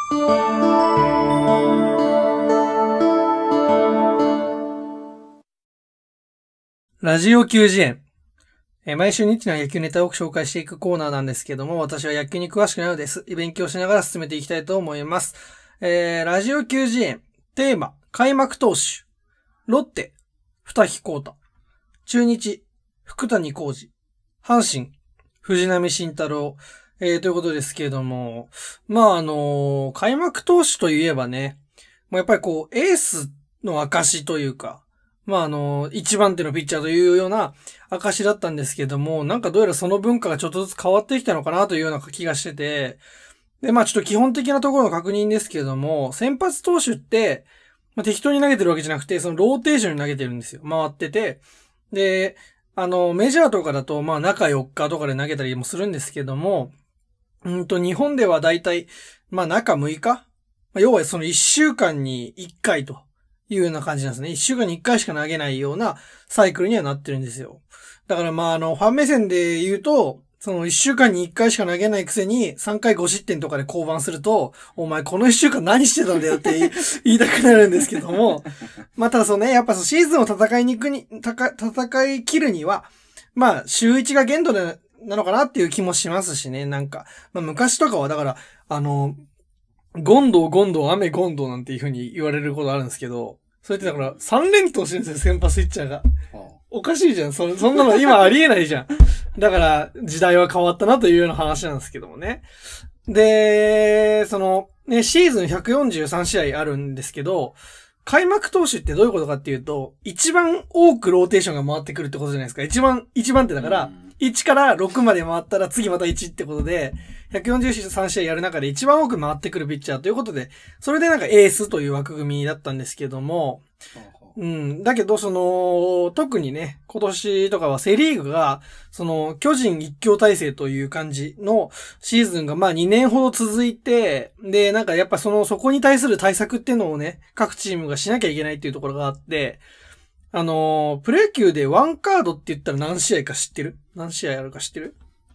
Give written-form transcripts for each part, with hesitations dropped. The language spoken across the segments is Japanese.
ラジオ球児園。毎週ニッチな野球ネタを紹介していくコーナーなんですけども、私は野球に詳しくないのです。勉強しながら進めていきたいと思います。ラジオ球児園。テーマ、開幕投手。ロッテ、二木康太。中日、福谷浩二。阪神、藤浪晋太郎。ということですけれども、開幕投手といえばね、やっぱりエースの証というか、一番手のピッチャーというような証だったんですけども、なんかどうやらその文化がちょっとずつ変わってきたのかなというような気がしてて、で、ちょっと基本的なところの確認ですけども、先発投手って、適当に投げてるわけじゃなくて、そのローテーションに投げてるんですよ。回ってて。で、メジャーとかだと、中4日とかで投げたりもするんですけども、日本ではだいたい、中6日、要はその1週間に1回というような感じなんですね。1週間に1回しか投げないようなサイクルにはなってるんですよ。だからファン目線で言うと、その1週間に1回しか投げないくせに3回5失点とかで降板すると、お前この1週間何してたんだよって言いたくなるんですけども、ただやっぱシーズンを戦い切るには、週1が限度なのかなっていう気もしますしね、昔とかはだから、ゴンドウ、雨ゴンドウなんていう風に言われることあるんですけど、それってだから3連投してるんですよ、先発ピッチャーが。おかしいじゃん。そんなの今ありえないじゃん。だから時代は変わったなというような話なんですけどもね。で、シーズン143試合あるんですけど、開幕投手ってどういうことかっていうと、一番多くローテーションが回ってくるってことじゃないですか。一番ってだから、1から6まで回ったら次また1ってことで、143試合やる中で一番多く回ってくるピッチャーということで、それでエースという枠組みだったんですけども、だけど特にね、今年とかはセリーグが、巨人一強体制という感じのシーズンが2年ほど続いて、で、やっぱそこに対する対策っていうのをね、各チームがしなきゃいけないっていうところがあって、プロ野球でワンカードって言ったら何試合か知ってる？何試合あるか知ってる？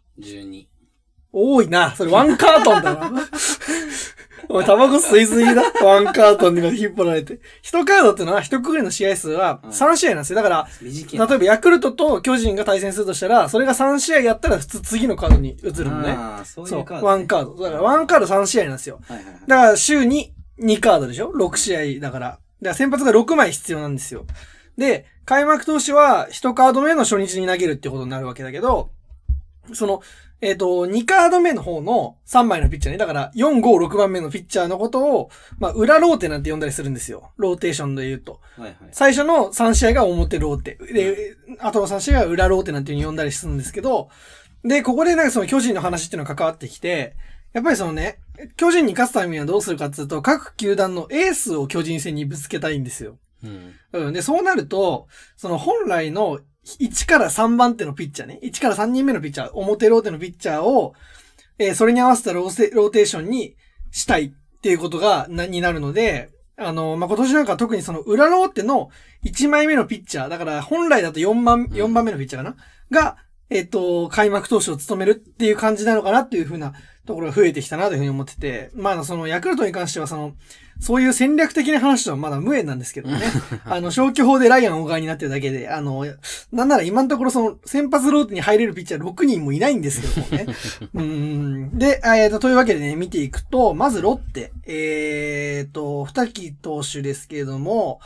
12。 多いな。それワンカートンだな。お前タバコ吸いすぎだ。ワンカートンに引っ張られて。一カードってのは一括りの試合数は3試合なんですよ。だから、例えばヤクルトと巨人が対戦するとしたら、それが3試合やったら普通次のカードに移るのね。 そういうカード、ね。 ワンカード。だからワンカード3試合なんですよ。だから週に2カードでしょ ?6 試合だから。だから先発が6枚必要なんですよ。で、開幕投手は1カード目の初日に投げるってことになるわけだけど、2カード目の方の3枚のピッチャーね。だから、4、5、6番目のピッチャーのことを、裏ローテなんて呼んだりするんですよ。ローテーションで言うと。最初の3試合が表ローテ。で、後の3試合が裏ローテなんて呼んだりするんですけど、で、ここで巨人の話っていうのが関わってきて、やっぱり巨人に勝つためにはどうするかっていうと、各球団のエースを巨人戦にぶつけたいんですよ。で、そうなると、本来の1から3番手のピッチャーね。1から3人目のピッチャー、表ローテのピッチャーを、それに合わせたローテーションにしたいっていうことになるので、今年なんか特に裏ローテの1枚目のピッチャー、だから本来だと4番目のピッチャーかなが、開幕投手を務めるっていう感じなのかなっていう風なところが増えてきたなというふうに思ってて、ヤクルトに関してはそういう戦略的な話とはまだ無縁なんですけどね。消去法でライアン大側になってるだけで、なんなら今のところ先発ローテに入れるピッチャー6人もいないんですけどもね。で、というわけでね、見ていくと、まずロッテ、二木投手ですけれども、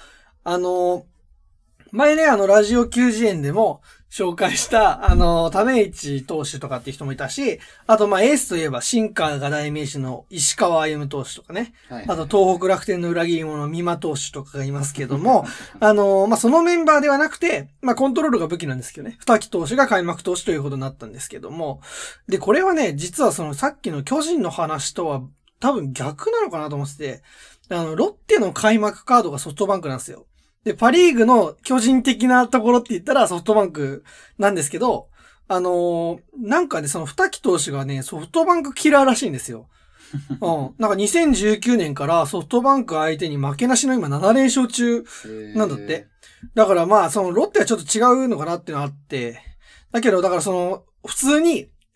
前ね、ラジオ球児園でも紹介した、種市投手とかっていう人もいたし、あと、エースといえば、シンカーが代名詞の石川歩投手とかね。あと、東北楽天の裏切り者、美馬投手とかがいますけども、そのメンバーではなくて、コントロールが武器なんですけどね。二木投手が開幕投手ということになったんですけども。で、これはね、実はさっきの巨人の話とは、多分逆なのかなと思ってて、ロッテの開幕カードがソフトバンクなんですよ。で、パリーグの巨人的なところって言ったらソフトバンクなんですけど、なんかね、二木投手がね、ソフトバンクキラーらしいんですよ。なんか2019年からソフトバンク相手に負けなしの今7連勝中なんだって。だからロッテはちょっと違うのかなっていうのがあって、だけど、だから普通に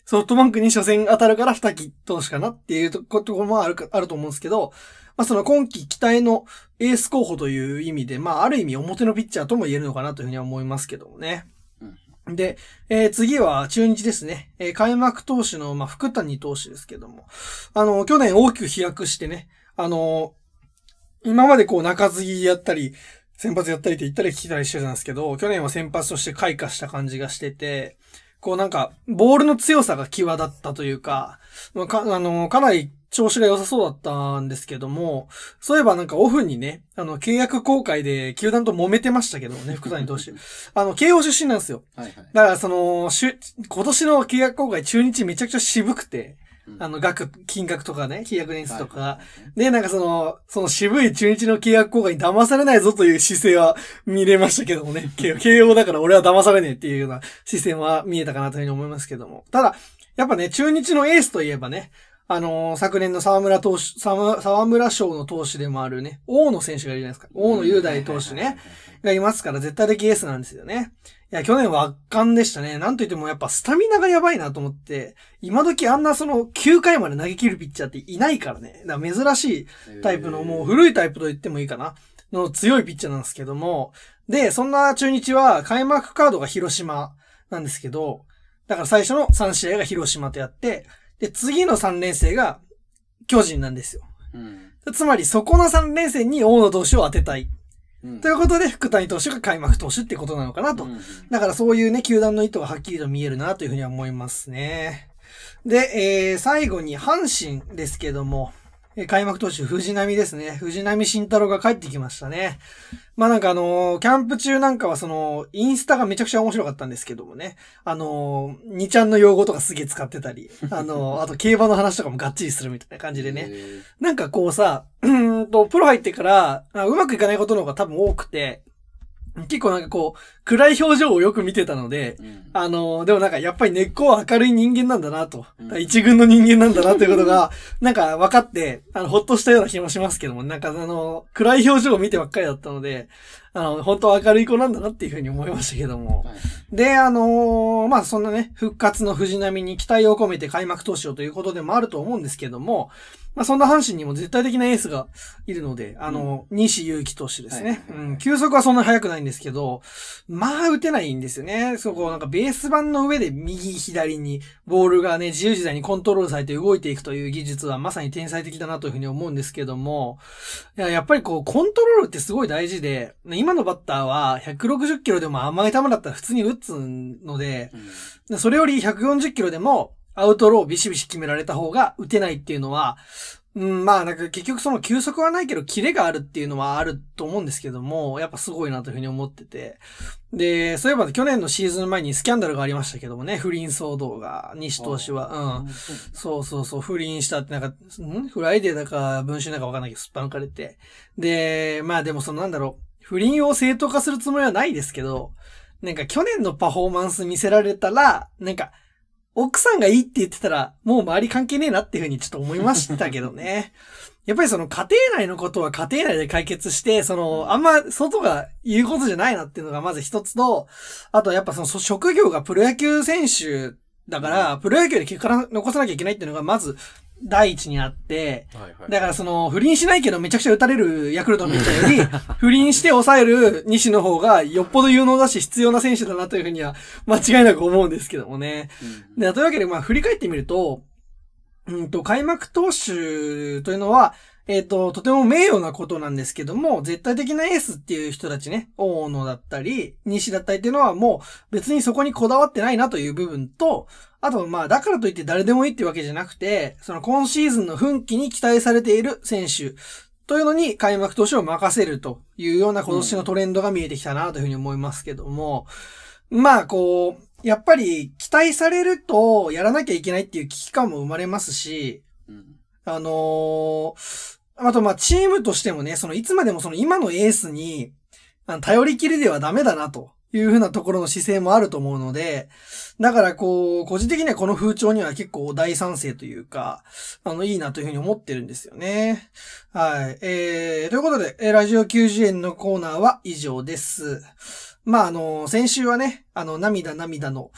ソフトバンクに初戦当たるから二木投手かなっていうところもあると思うんですけど、まあその今季期待のエース候補という意味で、まあある意味表のピッチャーとも言えるのかなというふうには思いますけどもね。で、次は中日ですね。開幕投手の、まあ、福谷投手ですけども。去年大きく飛躍してね、今までこう中継ぎやったり、先発やったりって言ったり聞いたりしてたんですけど、去年は先発として開花した感じがしてて、こうなんか、ボールの強さが際立ったというか、かなり調子が良さそうだったんですけども、そういえばなんかオフにね、契約更改で球団と揉めてましたけどね、福谷投手。慶応出身なんですよ。 はいはい。 だから今年の契約更改中日めちゃくちゃ渋くて、金額とかね、契約年数とか。で、なんかその渋い中日の契約更改に騙されないぞという姿勢は見れましたけどもね。慶応だから俺は騙されねえっていうような姿勢は見えたかなというふうに思いますけども。ただ、やっぱね、中日のエースといえばね、昨年の沢村賞の投手でもあるね、大野選手がいるじゃないですか。大野雄大投手ね、がいますから絶対的エースなんですよね。いや、去年は圧巻でしたね。なんといってもやっぱスタミナがやばいなと思って、今時あんな9回まで投げ切るピッチャーっていないからね。だから珍しいタイプの、もう古いタイプと言ってもいいかな。の強いピッチャーなんですけども。で、そんな中日は開幕カードが広島なんですけど、だから最初の3試合が広島とやって、で、次の3連戦が巨人なんですよ。つまりそこの3連戦に大野投手を当てたい。ということで、福谷投手が開幕投手ってことなのかなと。だからそういうね、球団の意図がはっきりと見えるなというふうには思いますね。で、最後に阪神ですけども、開幕投手藤浪ですね。藤浪晋太郎が帰ってきましたね。まあなんかキャンプ中なんかはインスタがめちゃくちゃ面白かったんですけどもね。2ちゃんの用語とかすげえ使ってたり、あと競馬の話とかもがっちりするみたいな感じでね。なんかこうさ、プロ入ってからうまくいかないことの方が多分多くて、結構なんかこう、暗い表情をよく見てたので、でもなんかやっぱり根っこは明るい人間なんだなと、一軍の人間なんだなということが、なんか分かって、ほっとしたような気もしますけども、なんか暗い表情を見てばっかりだったので、本当は明るい子なんだなっていうふうに思いましたけども。で、まあそんなね、復活の藤浪に期待を込めて開幕投手をということでもあると思うんですけども、まあそんな阪神にも絶対的なエースがいるので、西勇輝投手ですね。球速はそんなに速くないんですけど、まあ打てないんですよね。そこなんかベース板の上で右左にボールがね、自由自在にコントロールされて動いていくという技術はまさに天才的だなというふうに思うんですけども、やっぱりこうコントロールってすごい大事で、今のバッターは160キロでも甘い球だったら普通に打つので、それより140キロでもアウトロービシビシ決められた方が打てないっていうのは、まあなんか結局球速はないけどキレがあるっていうのはあると思うんですけども、やっぱすごいなというふうに思ってて。で、そういえば去年のシーズン前にスキャンダルがありましたけどもね、不倫騒動が、西投手は、そう、不倫したってなんか、フライデーだか文春だかわかんないけど、すっぱ抜かれて。で、まあでも不倫を正当化するつもりはないですけど、なんか去年のパフォーマンス見せられたら、なんか、奥さんがいいって言ってたら、もう周り関係ねえなっていうふうにちょっと思いましたけどね。やっぱり家庭内のことは家庭内で解決して、あんま外が言うことじゃないなっていうのがまず一つと、あとやっぱ職業がプロ野球選手だから、プロ野球で結果残さなきゃいけないっていうのがまず第一にあって、だから不倫しないけどめちゃくちゃ打たれるヤクルトのピッチャーより、不倫して抑える西の方がよっぽど有能だし必要な選手だなというふうには間違いなく思うんですけどもね。で、というわけで振り返ってみると、開幕投手というのは、とても名誉なことなんですけども、絶対的なエースっていう人たちね、大野だったり、西だったりっていうのはもう別にそこにこだわってないなという部分と、あとだからといって誰でもいいっていうわけじゃなくて、今シーズンの奮起に期待されている選手というのに開幕投手を任せるというような今年のトレンドが見えてきたなというふうに思いますけども、やっぱり期待されるとやらなきゃいけないっていう危機感も生まれますし、あとチームとしてもね、いつまでも今のエースに頼りきりではダメだなというふうなところの姿勢もあると思うので、だから個人的にはこの風潮には結構大賛成というか、いいなというふうに思ってるんですよね。はい。ということで、ラジオ90円のコーナーは以上です。先週はね、涙の、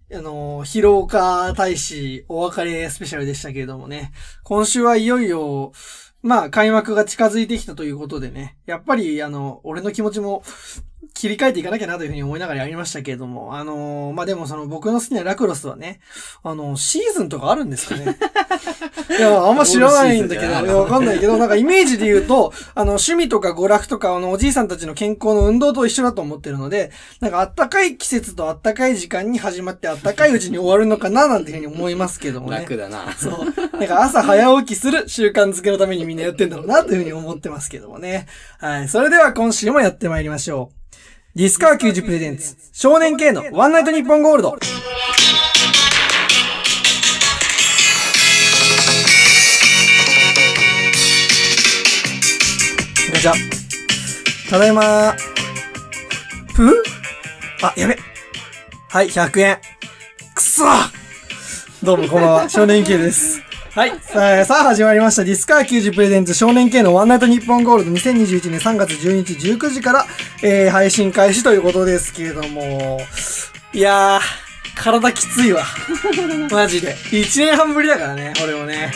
疲労化大使お別れスペシャルでしたけれどもね。今週はいよいよ、まあ、開幕が近づいてきたということでね。やっぱり、俺の気持ちも切り替えていかなきゃなというふうに思いながらやりましたけれども。まあ、でも僕の好きなラクロスはね、シーズンとかあるんですかね。いや、あんま知らないんだけど、いや、わかんないけど、なんかイメージで言うと、趣味とか娯楽とか、おじいさんたちの健康の運動と一緒だと思ってるので、なんか暖かい季節と暖かい時間に始まって暖かいうちに終わるのかな、なんていうふうに思いますけどもね。 楽だな。 そう。なんか朝早起きする習慣づけのためにみんなやってんだろうな、というふうに思ってますけどもね。はい。それでは今週もやってまいりましょう。ディスカー90プレゼンツ、少年系のワンナイトニッポンゴールド。ガチャ。ただいまー。あ、やべ。はい、100円。くそー。どうもこんばんは、少年系です。はい。さあ始まりました。ディスカー90プレゼンツ少年系のワンナイトニッポンゴールド2021年3月12日19時から、配信開始ということですけれども、いやー、体きついわ。マジで。1年半ぶりだからね、俺もね。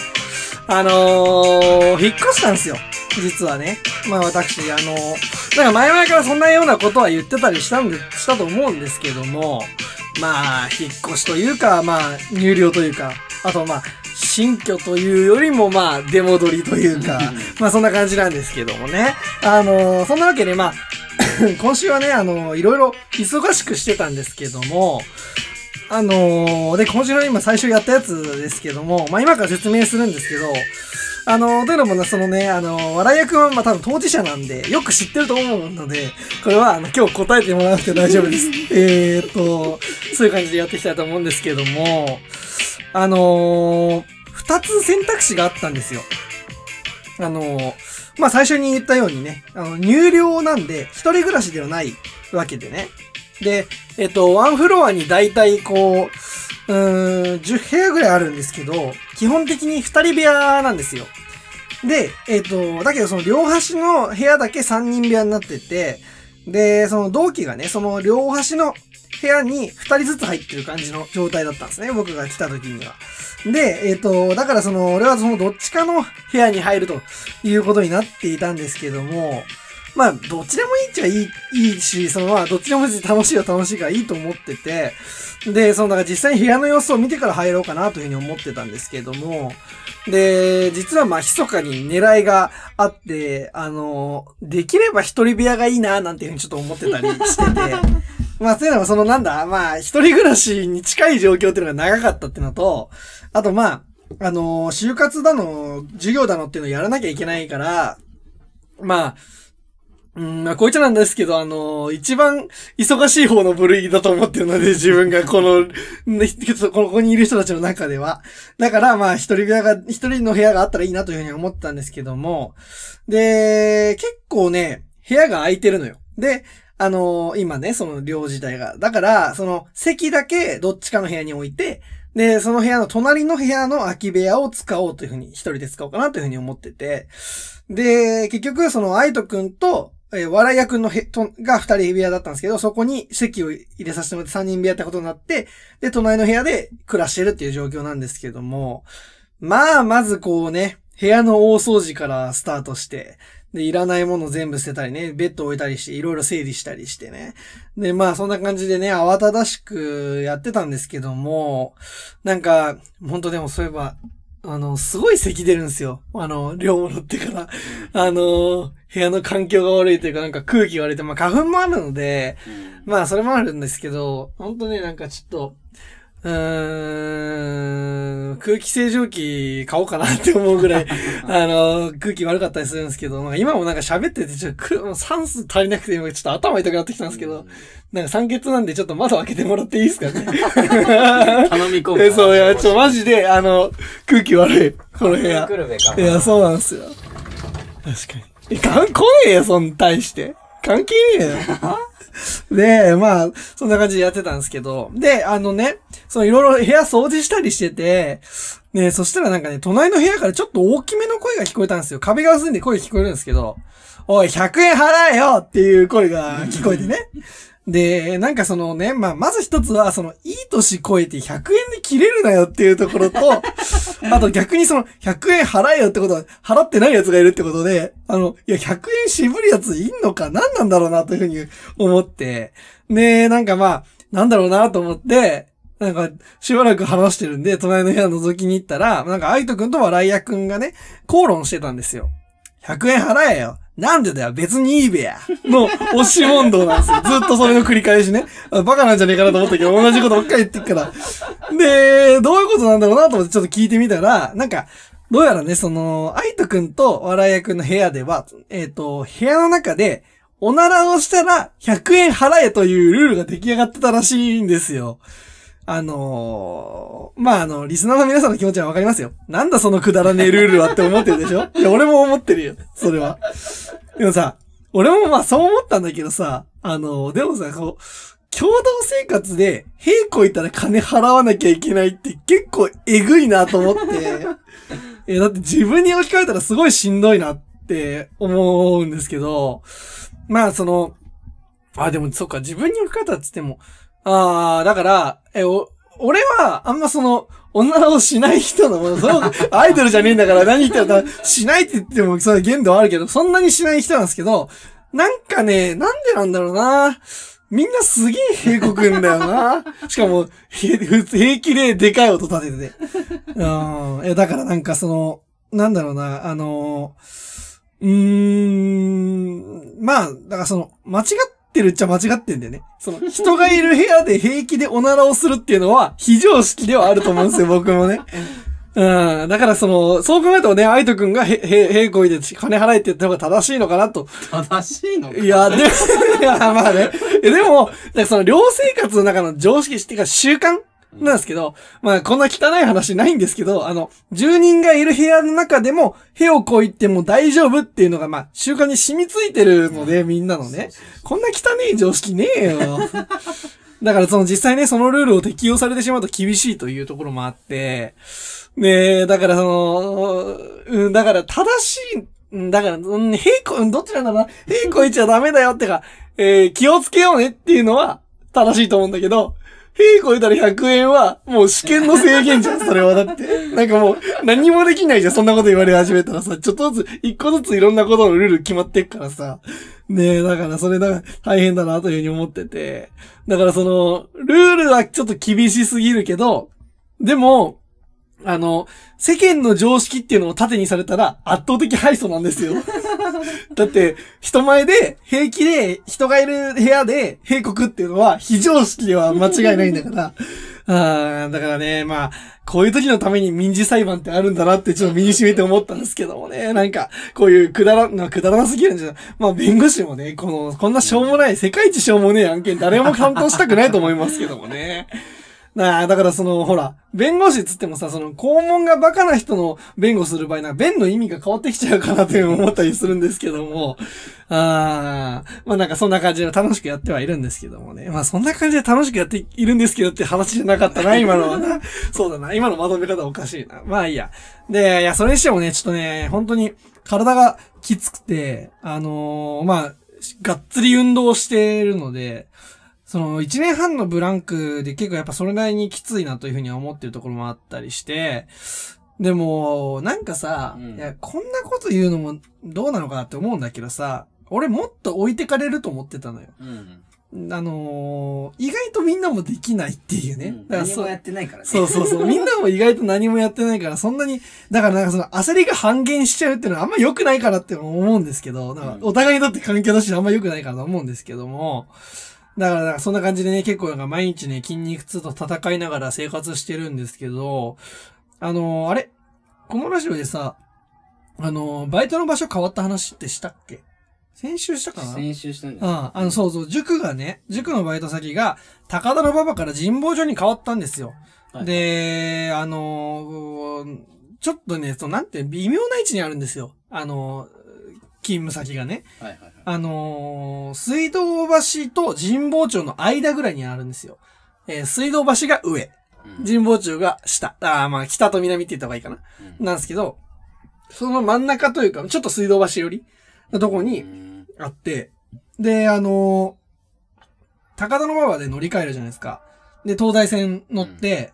引っ越したんですよ。実はね。まあ私、なんか前々からそんなようなことは言ってたりしたと思うんですけども、まあ、引っ越しというか、まあ、入寮というか、あとまあ、新居というよりもまあ、出戻りというか、まあそんな感じなんですけどもね。そんなわけでまあ、今週はね、いろいろ忙しくしてたんですけども、で、今週の今最初やったやつですけども、まあ今から説明するんですけど、というのもね、そのね、笑い役はまあ多分当事者なんで、よく知ってると思うので、これは今日答えてもらわなくて大丈夫です。そういう感じでやっていきたいと思うんですけども、二つ選択肢があったんですよ。まあ最初に言ったようにね、入寮なんで、一人暮らしではないわけでね。で、ワンフロアにだいたいこう、10部屋ぐらいあるんですけど、基本的に2人部屋なんですよ。で、だけどその両端の部屋だけ3人部屋になってて、で、その同期がね、その両端の部屋に2人ずつ入ってる感じの状態だったんですね、僕が来た時には。で、だから俺はそのどっちかの部屋に入るということになっていたんですけども、まあ、どっちでもいいっちゃいいし、まあ、どっちでも別に楽しいは楽しいがいいと思ってて、で、だから実際に部屋の様子を見てから入ろうかなというふうに思ってたんですけども、で、実はまあ、密かに狙いがあって、できれば一人部屋がいいな、なんていうふうにちょっと思ってたりしてて、まあ、そういうのはまあ、一人暮らしに近い状況っていうのが長かったっていうのと、あとまあ、就活だの、授業だのっていうのをやらなきゃいけないから、まあ、まあ、こういっちゃなんですけど、一番忙しい方の部類だと思ってるので、自分がここにいる人たちの中では。だから、まあ、一人の部屋があったらいいなというふうに思ってたんですけども、で、結構ね、部屋が空いてるのよ。で、今ね、その寮自体が。だから、その席だけどっちかの部屋に置いて、で、その部屋の隣の部屋の空き部屋を使おうというふうに、一人で使おうかなというふうに思ってて、で、結局、愛斗くんと、笑い屋くんが二人部屋だったんですけど、そこに席を入れさせてもらって三人部屋ってことになって、で、隣の部屋で暮らしてるっていう状況なんですけども、まあ、まずこうね、部屋の大掃除からスタートして、で、いらないもの全部捨てたりね、ベッド置いたりして、いろいろ整理したりしてね。で、まあ、そんな感じでね、慌ただしくやってたんですけども、なんか、本当でもそういえば、すごい咳出るんですよ。寮戻ってから。部屋の環境が悪いというか、なんか空気が悪いと、まあ花粉もあるので、まあそれもあるんですけど、ほんとね、なんかちょっと、空気清浄機買おうかなって思うぐらい、空気悪かったりするんですけど、今もなんか喋ってて、ちょっと酸素足りなくて、今ちょっと頭痛くなってきたんですけど、なんか酸欠なんでちょっと窓開けてもらっていいですかね。 頼み込む。 そう、いや、マジで、空気悪い。この部屋。いや、そうなんですよ。確かに。来ねえよ、そん対して。関係ねえよ。で、まあ、そんな感じでやってたんですけど、で、いろいろ部屋掃除したりしてて、ね、そしたらなんかね、隣の部屋からちょっと大きめの声が聞こえたんですよ。壁が薄いんで声聞こえるんですけど、おい、100円払えよっていう声が聞こえてね。 で、なんかそのね、まあ、まず一つは、その、いい年超えて100円で切れるなよっていうところと、あと逆にその、100円払えよってことは、払ってない奴がいるってことで、いや、100円渋る奴いんのか何なんだろうなというふうに思って、で、なんかまあ、なんだろうなと思って、なんか、しばらく話してるんで、隣の部屋覗きに行ったら、なんか、愛斗くんと笑い屋くんがね、口論してたんですよ。100円払えよ。なんでだよ、別にいいべや。の、押し問答なんですよ。ずっとそれの繰り返しね。バカなんじゃねえかなと思ったけど、同じことばっかり言ってっから。で、どういうことなんだろうなと思ってちょっと聞いてみたら、なんか、どうやらね、その、愛斗くんと笑い屋くんの部屋では、部屋の中で、おならをしたら100円払えというルールが出来上がってたらしいんですよ。まあ、リスナーの皆さんの気持ちはわかりますよ。なんだそのくだらねえルールはって思ってるでしょ？いや、俺も思ってるよ。それは。でもさ、俺もまあそう思ったんだけどさ、でもさ、こう、共同生活で、平行いたら金払わなきゃいけないって結構えぐいなと思って。だって自分に置き換えたらすごいしんどいなって思うんですけど、まあでもそっか、自分に置き換えたらつっても、だから、俺は、あんまおならをしない人のもの、アイドルじゃねえんだから何言ってたら、しないって言っても、それ限度はあるけど、そんなにしない人なんですけど、なんかね、なんでなんだろうな。みんなすげえ平子くんだよな。しかも、平気ででかい音立ててて。だからなんかなんだろうな、まあ、だから間違ってるっちゃ間違ってんだよね。人がいる部屋で平気でおならをするっていうのは、非常識ではあると思うんですよ、僕もね。だからそう考えるとね、愛斗くんが平行で金払えって言った方が正しいのかなと。 正しいのかいや、まあね。でも、寮生活の中の常識っていうか習慣なんですけど、まあこんな汚い話ないんですけど、住人がいる部屋の中でも、へをこいっても大丈夫っていうのがまあ習慣に染みついてるので、みんなのね。こんな汚い常識ねえよ。だから実際ね、そのルールを適用されてしまうと厳しいというところもあって、ねえ、だからだから正しい、だから、どっちなんだろうな、へこいちゃダメだよってか、気をつけようねっていうのは正しいと思うんだけど、へこいたら100円は、もう試験の制限じゃん、それは。だって。なんかもう、何もできないじゃん、そんなこと言われ始めたらさ、ちょっとずつ、一個ずついろんなことのルール決まってっからさ。ねえ、だからそれ大変だなというふうに思ってて。だからルールはちょっと厳しすぎるけど、でも、世間の常識っていうのを盾にされたら圧倒的敗訴なんですよ。だって、人前で平気で人がいる部屋で閉国っていうのは非常識では間違いないんだから。だからね、まあ、こういう時のために民事裁判ってあるんだなってちょっと身に染みて思ったんですけどもね。なんか、こういうくだらなすぎるんじゃない。まあ、弁護士もね、こんなしょうもない、世界一しょうもねえ案件誰も担当したくないと思いますけどもね。だからほら、弁護士つってもさ、肛門がバカな人の弁護する場合弁の意味が変わってきちゃうかなって思ったりするんですけども、まあなんかそんな感じで楽しくやってはいるんですけどもね。まあそんな感じで楽しくやっているんですけどって話じゃなかったな、今のはな。そうだな、今のまとめ方おかしいな。まあいいや。で、いや、それにしてもね、ちょっとね、本当に体がきつくて、まあ、がっつり運動してるので、1年半のブランクで結構やっぱそれなりにきついなというふうには思ってるところもあったりして、でも、なんかさ、いや、こんなこと言うのもどうなのかなって思うんだけどさ、俺もっと置いてかれると思ってたのよ。意外とみんなもできないっていうね。 何もやってないからね。 そう。みんなも意外と何もやってないから、そんなに、だからなんか焦りが半減しちゃうっていうのはあんま良くないからって思うんですけど、なんかお互いにとって環境としてあんま良くないからと思うんですけども、だからそんな感じでね、結構なんか毎日ね、筋肉痛と戦いながら生活してるんですけど、あれこのラジオでさ、バイトの場所変わった話ってしたっけ？先週したかな？ 先週したんだよ。 そう、塾のバイト先が、高田の馬場から神保町に変わったんですよ。はい、で、ちょっとね、なんて、微妙な位置にあるんですよ。勤務先がね。水道橋と神保町の間ぐらいにあるんですよ。水道橋が上。神保町が下。まあ、北と南って言った方がいいかな。なんですけど、その真ん中というか、ちょっと水道橋寄りのとこにあって、で、 高田馬場で乗り換えるじゃないですか。で、東西線乗って、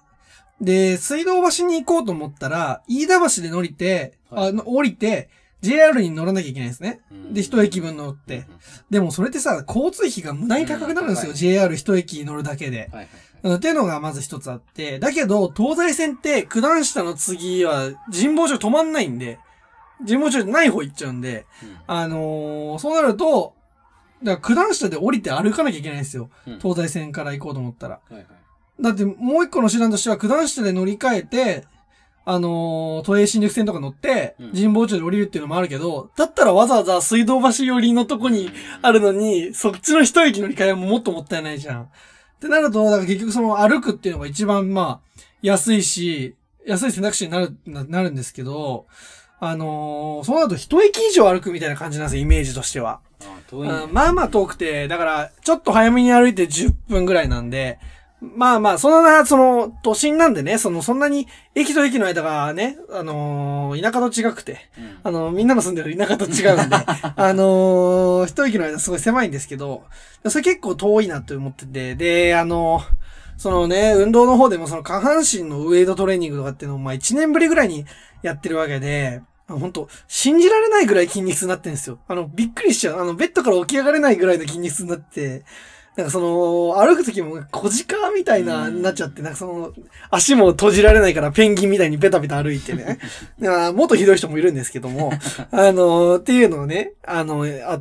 で、水道橋に行こうと思ったら、飯田橋で乗りて、降りて、JR に乗らなきゃいけないんですね。で、一駅分乗って。でもそれってさ、交通費が無駄に高くなるんですよ。JR 一駅乗るだけで。っていうのがまず一つあって。だけど、東西線って九段下の次は神保町止まんないんで、神保町じゃない方行っちゃうんで、そうなると、だから九段下で降りて歩かなきゃいけないんですよ。東西線から行こうと思ったら。だってもう一個の手段としては九段下で乗り換えて、都営新宿線とか乗って、神保町で降りるっていうのもあるけど、だったらわざわざ水道橋寄りのとこにあるのに、そっちの一駅乗り換えももっともったいないじゃん。ってなると、だから結局その歩くっていうのが一番まあ、安い選択肢になるんですけど、そうなると一駅以上歩くみたいな感じなんですよ、イメージとしては。まあまあ遠くて、だから、ちょっと早めに歩いて10分ぐらいなんで、まあまあ、その都心なんでね、そんなに、駅と駅の間がね、田舎と違くて、みんなの住んでる田舎と違うんで、一駅の間すごい狭いんですけど、それ結構遠いなって思ってて、で、そのね、運動の方でもその下半身のウェイトトレーニングとかっていうのを、まあ1年ぶりぐらいにやってるわけで、本当信じられないぐらい筋肉痛になってるんですよ。びっくりしちゃう。ベッドから起き上がれないぐらいの筋肉痛になって、なんか歩くときも小鹿みたいなっちゃって、なんか足も閉じられないからペンギンみたいにベタベタ歩いてね。もっとひどい人もいるんですけども、っていうのをね、あって、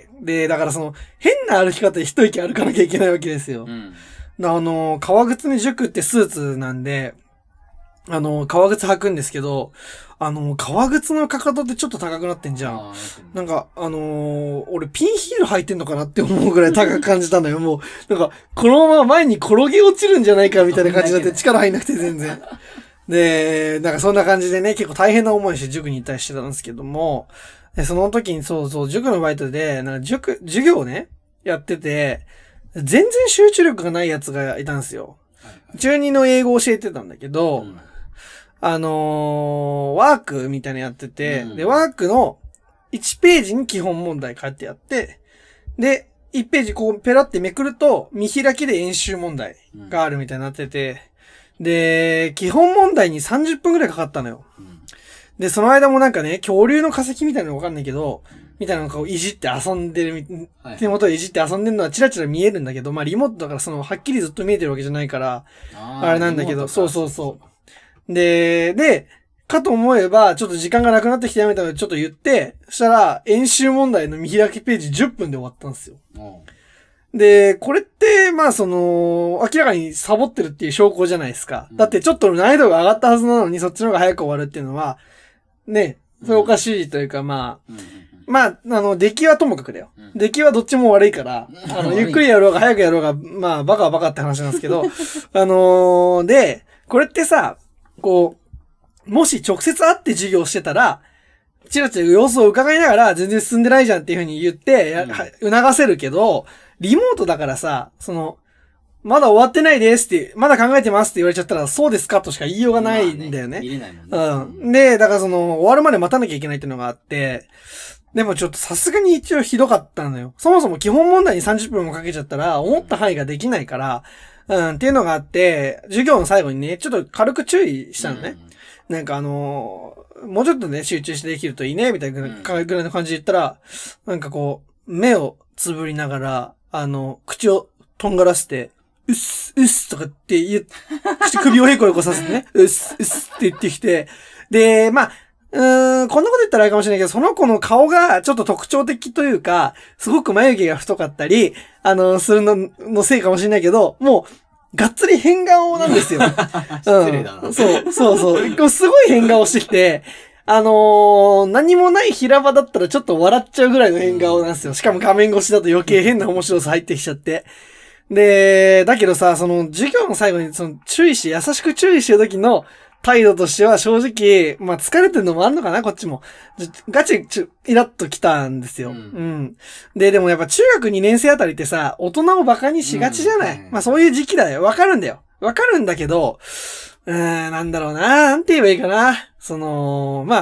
で、だから変な歩き方で一息歩かなきゃいけないわけですよ。革靴に塾ってスーツなんで、革靴履くんですけど、革靴のかかとってちょっと高くなってんじゃん。なんか、俺ピンヒール履いてんのかなって思うぐらい高く感じたのよ。もう、なんか、このまま前に転げ落ちるんじゃないかみたいな感じになって力入んなくて全然。で、なんかそんな感じでね、結構大変な思いして塾に行ったりしてたんですけども、でその時にそう、塾のバイトで、なんか授業をね、やってて、全然集中力がないやつがいたんですよ。中2の英語を教えてたんだけど、ワークみたいなのやってて、で、ワークの1ページに基本問題書いてやって、で、1ページこうペラってめくると、見開きで演習問題があるみたいになってて、で、基本問題に30分くらいかかったのよ。で、その間もなんかね、恐竜の化石みたいなのわかんないけど、みたいなのをいじって遊んでる、手元でいじって遊んでるのはチラチラ見えるんだけど、まあリモートだからはっきりずっと見えてるわけじゃないから、あれなんだけど、そう。で、かと思えば、ちょっと時間がなくなってきてやめたのでちょっと言って、そしたら、演習問題の見開きページ10分で終わったんですよ。で、これって、まあ明らかにサボってるっていう証拠じゃないですか。だってちょっと難易度が上がったはずなのに、そっちの方が早く終わるっていうのは、ね、それおかしいというか、まあ、出来はともかくだよ。出来はどっちも悪いから、ゆっくりやろうが早くやろうが、まあ、バカはバカって話なんですけど、で、これってさ、こう、もし直接会って授業してたら、チラチラ様子を伺いながら全然進んでないじゃんっていう風に言って、促せるけど、リモートだからさ、まだ終わってないですって、まだ考えてますって言われちゃったら、そうですかとしか言いようがないんだよね。 見れないもんね。 で、だから終わるまで待たなきゃいけないっていうのがあって、でもちょっとさすがに一応ひどかったのよ。そもそも基本問題に30分もかけちゃったら、思った範囲ができないから、っていうのがあって、授業の最後にね、ちょっと軽く注意したのね。なんかもうちょっとね、集中してできるといいね、みたいなぐらいの感じで言ったら、なんかこう、目をつぶりながら、口をとんがらせて、うっすとかって首をへこへこさせてね、うっすって言ってきて、で、まあ、こんなこと言ったらあれかもしれないけど、その子の顔がちょっと特徴的というか、すごく眉毛が太かったり、するのせいかもしれないけど、もう、がっつり変顔なんですよ。 失礼だな。 そう。すごい変顔してきて、何もない平場だったらちょっと笑っちゃうぐらいの変顔なんですよ。しかも画面越しだと余計変な面白さ入ってきちゃって。で、だけどさ、授業の最後に優しく注意してる時の態度としては正直、まあ疲れてるのもあるのかな、こっちも。ガチ、イラッと来たんですよ。でもやっぱ中学2年生あたりってさ、大人をバカにしがちじゃない。まあそういう時期だよ。わかるんだよ。わかるんだけど、なんだろうな、なんて言えばいいかな。まあ、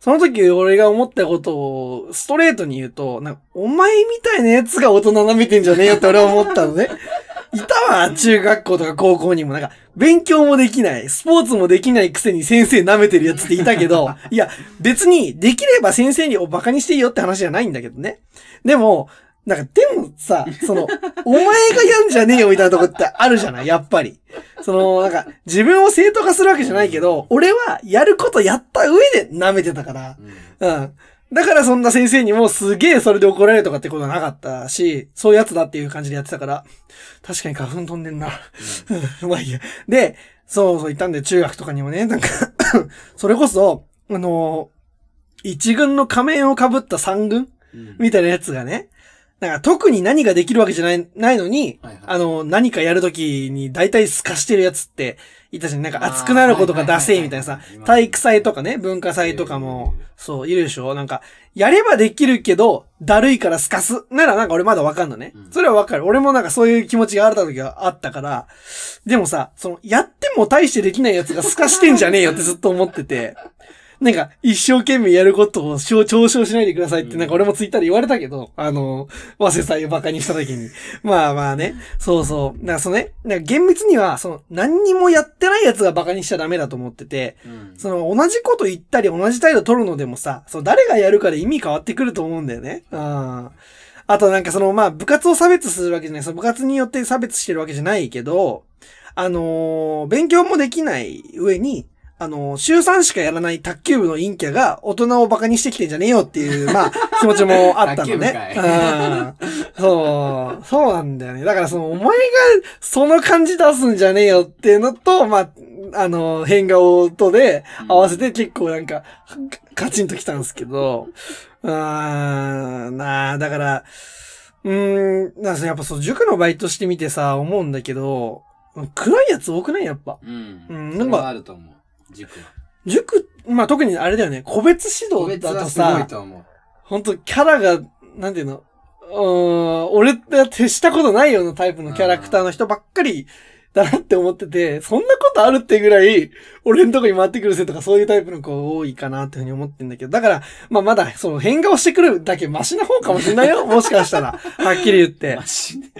その時俺が思ったことをストレートに言うと、なんか、お前みたいなやつが大人舐めてんじゃねえよって俺は思ったのね。いたわ、中学校とか高校にもなんか、勉強もできない、スポーツもできないくせに先生舐めてるやつっていたけど、いや、別にできれば先生をバカにしていいよって話じゃないんだけどね。でもさ、お前がやんじゃねえよみたいなとこってあるじゃないやっぱり。なんか、自分を正当化するわけじゃないけど、俺はやることやった上で舐めてたから、うん。だからそんな先生にもすげえそれで怒られるとかってことはなかったし、そういうやつだっていう感じでやってたから、確かに花粉飛んでんな。まあいいや。で、そう言ったんで中学とかにもね、なんかそれこそ、一軍の仮面を被った三軍みたいなやつがね、なんか特に何ができるわけじゃないのに、はいはい、何かやるときに大体透かしてるやつっていたじゃん。なんか熱くなることがダセーみたいなさ、体育祭とかね、文化祭とかも、そう、いるでしょなんか、やればできるけど、だるいから透かす。ならなんか俺まだわかんのね。それはわかる。俺もなんかそういう気持ちがあった時があったから、でもさ、やっても大してできないやつが透かしてんじゃねえよってずっと思ってて、なんか、一生懸命やることを嘲笑しないでくださいってなんか俺もツイッターで言われたけど、早稲祭をバカにした時に。まあまあね。そうそう。なんかなんか厳密には、何にもやってないやつがバカにしちゃダメだと思ってて、同じこと言ったり同じ態度取るのでもさ、誰がやるかで意味変わってくると思うんだよね。あとなんかまあ部活を差別するわけじゃない。部活によって差別してるわけじゃないけど、勉強もできない上に、週3しかやらない卓球部の陰キャが大人をバカにしてきてんじゃねえよっていう、まあ、気持ちもあったのね。そうなんだよね。だからお前がその感じ出すんじゃねえよっていうのと、まあ、変顔とで合わせて結構なんか、カチンときたんですけど、だから、やっぱ塾のバイトしてみてさ、思うんだけど、暗いやつ多くないやっぱ。 なんか、あると思う。 塾、まあ、特にあれだよね、個別指導だとさ、ほんとキャラが、なんていうの、俺って徹したことないようなタイプのキャラクターの人ばっかりだなって思ってて、そんなことあるってぐらい、俺のとこに回ってくる生とかそういうタイプの子多いかなっていうふうに思ってんだけど、だから、まあまだ、変顔してくるだけマシな方かもしれないよ、もしかしたら。はっきり言って。マシね。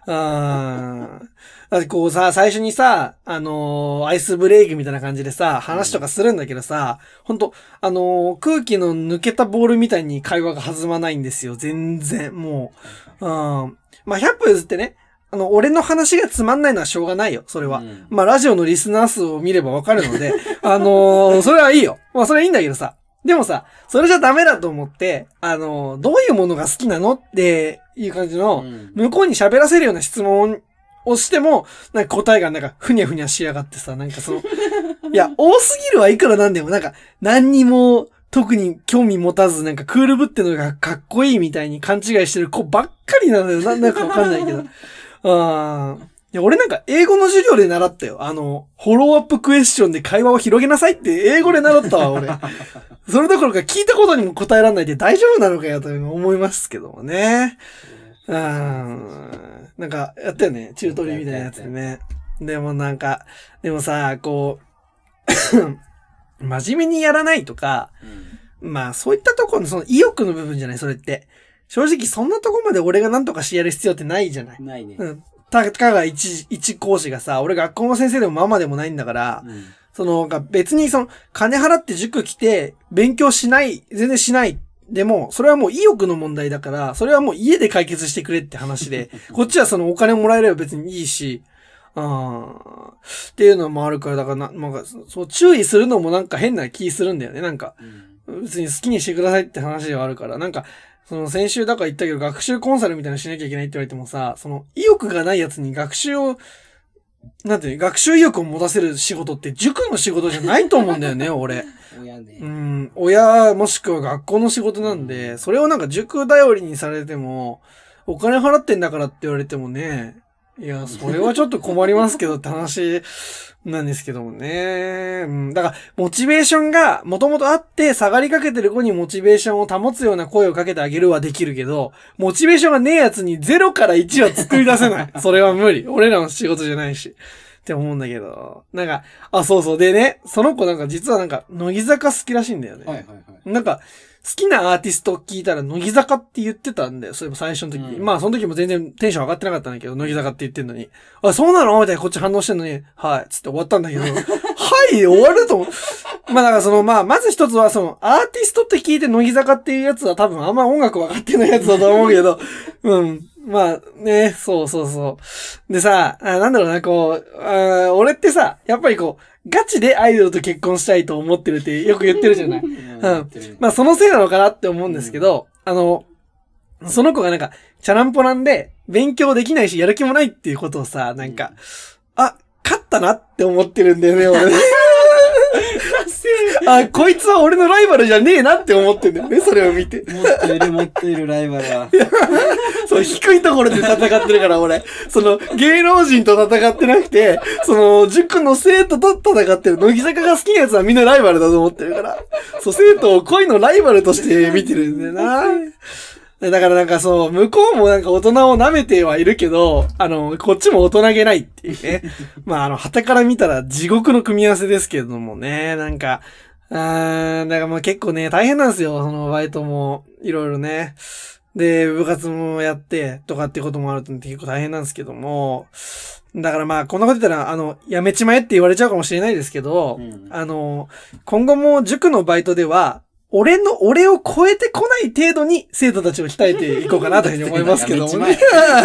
だってこうさ、最初にさ、アイスブレイクみたいな感じでさ、話とかするんだけどさ、ほんと、空気の抜けたボールみたいに会話が弾まないんですよ。全然、もう。まあ、100歩譲ってね、俺の話がつまんないのはしょうがないよ、それは。まあ、ラジオのリスナー数を見ればわかるので、それはいいよ。まあ、それはいいんだけどさ。でもさ、それじゃダメだと思って、どういうものが好きなのっていう感じの、向こうに喋らせるような質問をしても、なんか答えがなんかふにゃふにゃしやがってさ、なんかいや、多すぎるはいくらなんでも、なんか何にも特に興味持たず、なんかクールぶってのがかっこいいみたいに勘違いしてる子ばっかりなんだよ。なんだかわかんないけど。いや、俺なんか英語の授業で習ったよ。フォローアップクエスチョンで会話を広げなさいって英語で習ったわ、俺。それどころか聞いたことにも答えられないで大丈夫なのかよと思いますけどもね。なんか、やったよね。チュートリーみたいなやつでね。でもさ、こう、真面目にやらないとか、まあそういったところの意欲の部分じゃない、それって。正直そんなとこまで俺が何とかしてやる必要ってないじゃない。 ないね。 たかが一講師がさ、俺学校の先生でもママでもないんだから、別に金払って塾来て、勉強しない、全然しない。でも、それはもう意欲の問題だから、それはもう家で解決してくれって話で、こっちはお金もらえれば別にいいし、っていうのもあるから、だからなんか、注意するのもなんか変な気するんだよね、なんか。別に好きにしてくださいって話ではあるから、なんか、先週だから言ったけど、学習コンサルみたいなのしなきゃいけないって言われてもさ、意欲がないやつに学習意欲を持たせる仕事って塾の仕事じゃないと思うんだよね、俺。 親ね。 親もしくは学校の仕事なんで、それをなんか塾頼りにされても、お金払ってんだからって言われてもね、いや、それはちょっと困りますけどって話なんですけどもね。だから、モチベーションがもともとあって下がりかけてる子にモチベーションを保つような声をかけてあげるはできるけど、モチベーションがねえやつに0から1は作り出せない。それは無理。俺らの仕事じゃないし。って思うんだけど。なんか、そうそう。でね、その子なんか実はなんか、乃木坂好きらしいんだよね。 はいはいはい。 なんか、好きなアーティスト聞いたら、乃木坂って言ってたんだよ。そういえば最初の時に。まあ、その時も全然テンション上がってなかったんだけど、乃木坂って言ってんのに。あ、そうなのみたいなこっち反応してんのに、はい。つって終わったんだけど、はい、終わると思う。まあ、だからまず一つは、アーティストって聞いて乃木坂っていうやつは多分あんま音楽分かってないやつだと思うけど、うん。まあ、ね、そう。でさ、なんだろうな、俺ってさ、やっぱりガチでアイドルと結婚したいと思ってるってよく言ってるじゃない。うん。まあ、そのせいなのかなって思うんですけど、その子がなんか、チャランポランで、勉強できないし、やる気もないっていうことをさ、なんか、勝ったなって思ってるんだよね、俺ね。こいつは俺のライバルじゃねえなって思ってんだよね、それを見て。 持っているライバルは。 そう、低いところで戦ってるから、俺。芸能人と戦ってなくて、塾の生徒と戦ってる。乃木坂が好きなやつはみんなライバルだと思ってるから。そう、生徒を恋のライバルとして見てるんだよな。だからなんか向こうもなんか大人を舐めてはいるけど、こっちも大人げないっていうね。まあ旗から見たら地獄の組み合わせですけれどもね、なんか、だからまあ結構ね、大変なんですよ、バイトも、いろいろね。で、部活もやって、とかってこともあると結構大変なんですけども、だからまあ、こんなこと言ったら、やめちまえって言われちゃうかもしれないですけど、今後も塾のバイトでは、俺を超えてこない程度に生徒たちを鍛えていこうかなというふうに思いますけどもね。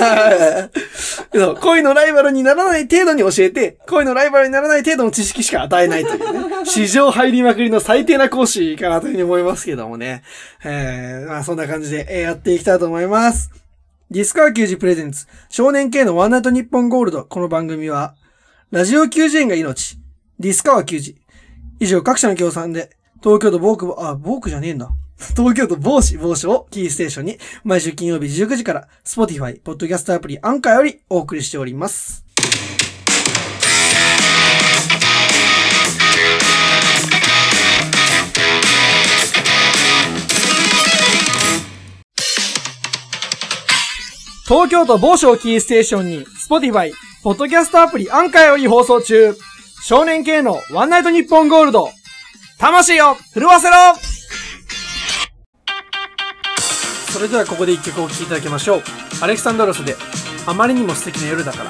恋のライバルにならない程度に教えて、恋のライバルにならない程度の知識しか与えないというね。市場入りまくりの最低な講師かなというふうに思いますけどもね。まあそんな感じでやっていきたいと思います。ディスカー球児プレゼンツ少年系のワンナイトニッポンゴールド。この番組は、ラジオ球児園が命、ディスカー球児。以上各社の協賛で、東京都ボークじゃねえんだ。東京都帽子をキーステーションに毎週金曜日19時から Spotify、ポッドキャストアプリアンカーよりお送りしております。東京都某所をキーステーションに Spotify、ポッドキャストアプリアンカーより放送中。少年系のワンナイトニッポンゴールド。魂を震わせろ。それではここで一曲お聴きいただきましょう。アレクサンドロスであまりにも素敵な夜だから。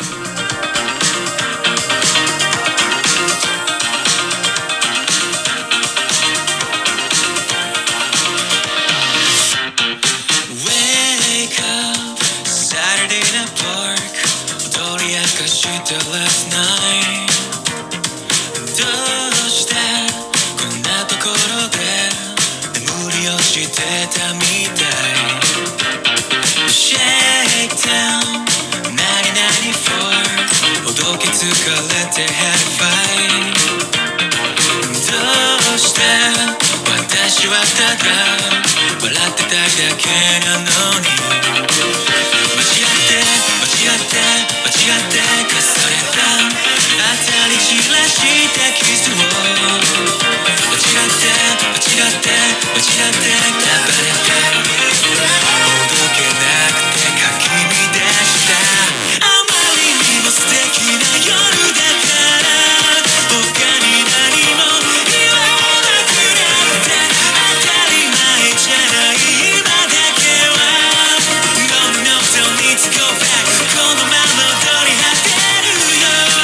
私はただ笑ってたいだけなのに間違って重ねた当たり散らしたキスを間違って束ねてほどけなくてかき乱したあまりにも素敵な夜だから他に何も言わなくなって当たり前じゃない今だけは No, don't need to go back このまま踊り果てるよ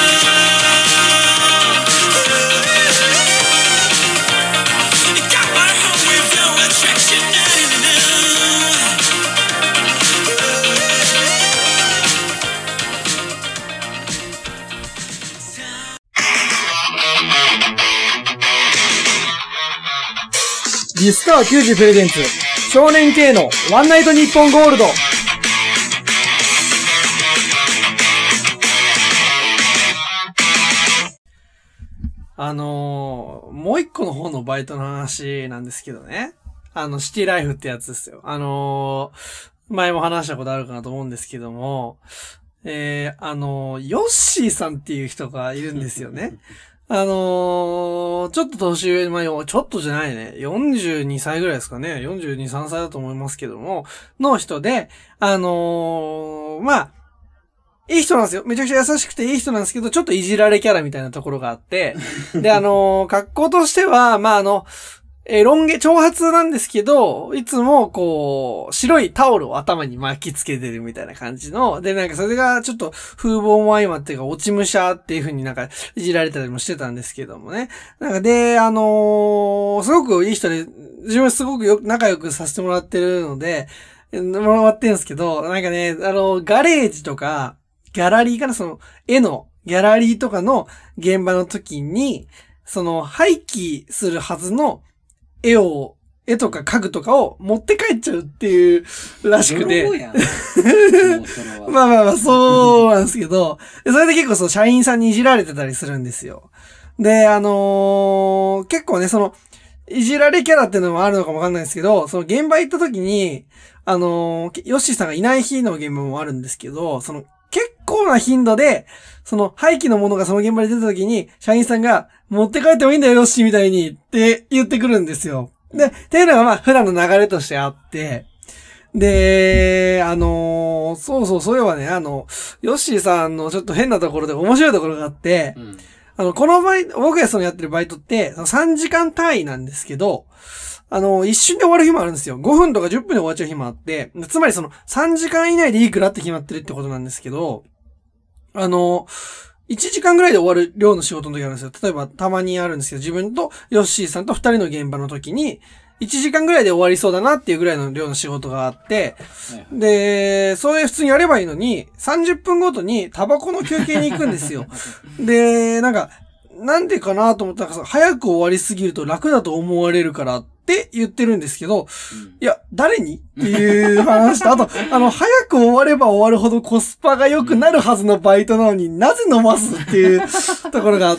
You got my heart with your attraction ディスカー90プレゼンツ少年系のワンナイトニッポンゴールド。もう一個の方のバイトの話なんですけどね。シティライフってやつですよ。前も話したことあるかなと思うんですけども、ヨッシーさんっていう人がいるんですよね。ちょっと年上、ちょっとじゃないね。42歳ぐらいですかね。42、3歳だと思いますけども、の人で、いい人なんですよ。めちゃくちゃ優しくていい人なんですけど、ちょっといじられキャラみたいなところがあって、で、格好としては、 長髪なんですけど、いつもこう、白いタオルを頭に巻きつけてるみたいな感じの、で、なんかそれがちょっと風貌も相まっていうか、落ち武者っていう風になんかいじられたりもしてたんですけどもね。なんかで、すごくいい人で、自分すごく仲良くさせてもらってるので、もらってるんですけど、なんかね、ガレージとか、ギャラリーかな、その、絵の、ギャラリーとかの現場の時に、その、廃棄するはずの絵とか家具とかを持って帰っちゃうっていうらしくて。 泥棒やんもうそれはまあまあまあ、そうなんですけど、それで結構その社員さんにいじられてたりするんですよ。で、結構ね、その、いじられキャラっていうのもあるのかもわかんないですけど、その現場行った時に、ヨッシーさんがいない日の現場もあるんですけど、その、結構な頻度で、その廃棄のものがその現場に出た時に、社員さんが、持って帰ってもいいんだよ、ヨッシーみたいに、って言ってくるんですよ。で、っていうのがまあ、普段の流れとしてあって、で、そういえばね、ヨッシーさんのちょっと変なところで面白いところがあって、この僕がそのやってるバイトって、3時間単位なんですけど、一瞬で終わる日もあるんですよ。5分とか10分で終わっちゃう日もあって、つまりその3時間以内でいくらって決まってるってことなんですけど、1時間ぐらいで終わる量の仕事の時あるんですよ。例えばたまにあるんですけど、自分とヨッシーさんと2人の現場の時に、1時間ぐらいで終わりそうだなっていうぐらいの量の仕事があって、で、それ普通にやればいいのに、30分ごとにタバコの休憩に行くんですよ。で、なんでかなと思ったら、早く終わりすぎると楽だと思われるからって言ってるんですけど、いや、誰にっていう話と、あと、早く終われば終わるほどコスパが良くなるはずのバイトなのになぜ飲ますっていうところがあって、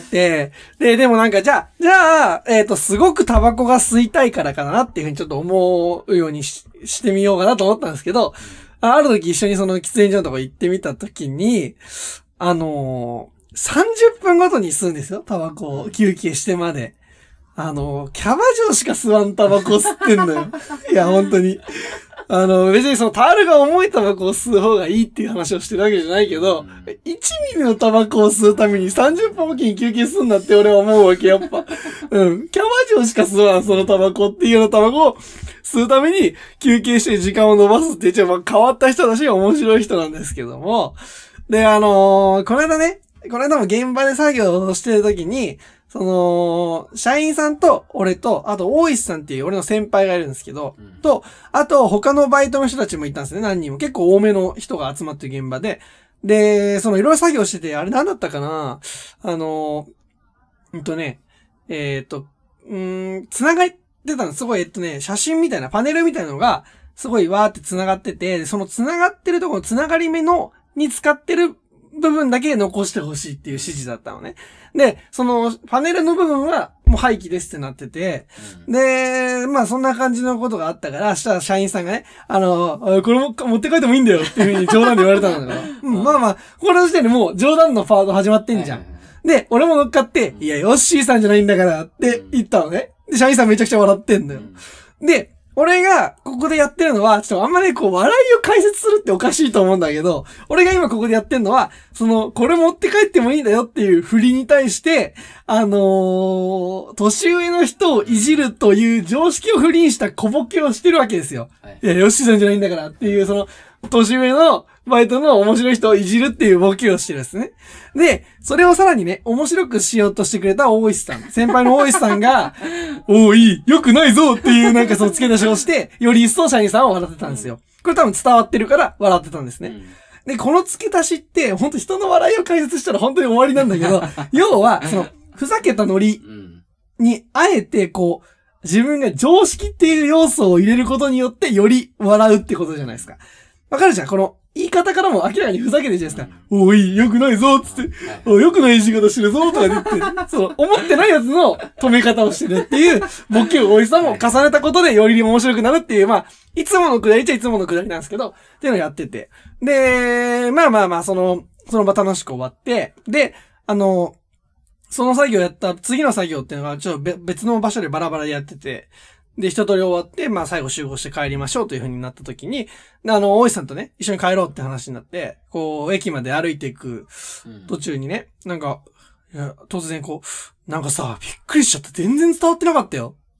でもなんか、じゃあ、すごくタバコが吸いたいからかなっていうふうにちょっと思うようにしてみようかなと思ったんですけど、ある時一緒にその喫煙所のとこ行ってみた時に、30分ごとに吸うんですよ、タバコを休憩してまで。キャバ嬢しか吸わんタバコ吸ってんのよ。いや、本当に。別にそのタールが重いタバコを吸う方がいいっていう話をしてるわけじゃないけど、1ミリのタバコを吸うために30分おきに休憩すんなって俺は思うわけ、やっぱ。うん。キャバ嬢しか吸わん、そのタバコっていうようなタバコを吸うために休憩して時間を延ばすって一応変わった人だし面白い人なんですけども。で、この間も現場で作業をしてるときに、社員さんと俺と、あと大石さんっていう俺の先輩がいるんですけど、あと他のバイトの人たちもいたんですね、何人も。結構多めの人が集まってる現場で。で、いろいろ作業してて、あれ何だったかな繋がってたの、すごい、写真みたいな、パネルみたいなのが、すごいわーって繋がってて、その繋がってるところの繋がり目に使ってる部分だけ残してほしいっていう指示だったのね。で、そのパネルの部分はもう廃棄ですってなってて、で、まあそんな感じのことがあったから、したら社員さんがね、これも持って帰ってもいいんだよっていう風に冗談で言われたんだけど、まあまあ、この時点でもう冗談のパート始まってんじゃん。で、俺も乗っかって、いや、ヨッシーさんじゃないんだからって言ったのね。で、社員さんめちゃくちゃ笑ってんだよ。で、俺がここでやってるのは、ちょっとあんまり笑いを解説するっておかしいと思うんだけど、俺が今ここでやってるのは、これ持って帰ってもいいんだよっていう振りに対して、年上の人をいじるという常識を振りにした小ボケをしてるわけですよ。いや、ヨッシーさんじゃないんだからっていう、年上のバイトの面白い人をいじるっていうボケをしてるんですね。で、それをさらにね、面白くしようとしてくれた大石さん。先輩の大石さんが、良くないぞっていう付け出しをして、より一層社員さんは笑ってたんですよ。これ多分伝わってるから笑ってたんですね。で、この付け足しって、本当人の笑いを解説したら本当に終わりなんだけど、要は、ふざけたノリに、あえて自分が常識っていう要素を入れることによって、より笑うってことじゃないですか。わかるじゃん、この言い方からも明らかにふざけてるじゃないですか。良くないぞつって、良くない仕事してるぞとか言って、思ってないやつの止め方をしてるっていう、ボケを大石さんも重ねたことでより面白くなるっていう、まあ、いつものくだりっちゃいつものくだりなんですけど、っていうのをやってて。で、まあ、その場楽しく終わって、で、その作業やった次の作業っていうのが、ちょっと別の場所でバラバラでやってて、で、一通り終わって、まあ最後集合して帰りましょうという風になった時に、大石さんとね、一緒に帰ろうって話になって、駅まで歩いていく途中にね、突然なんかさ、びっくりしちゃって全然伝わってなかったよって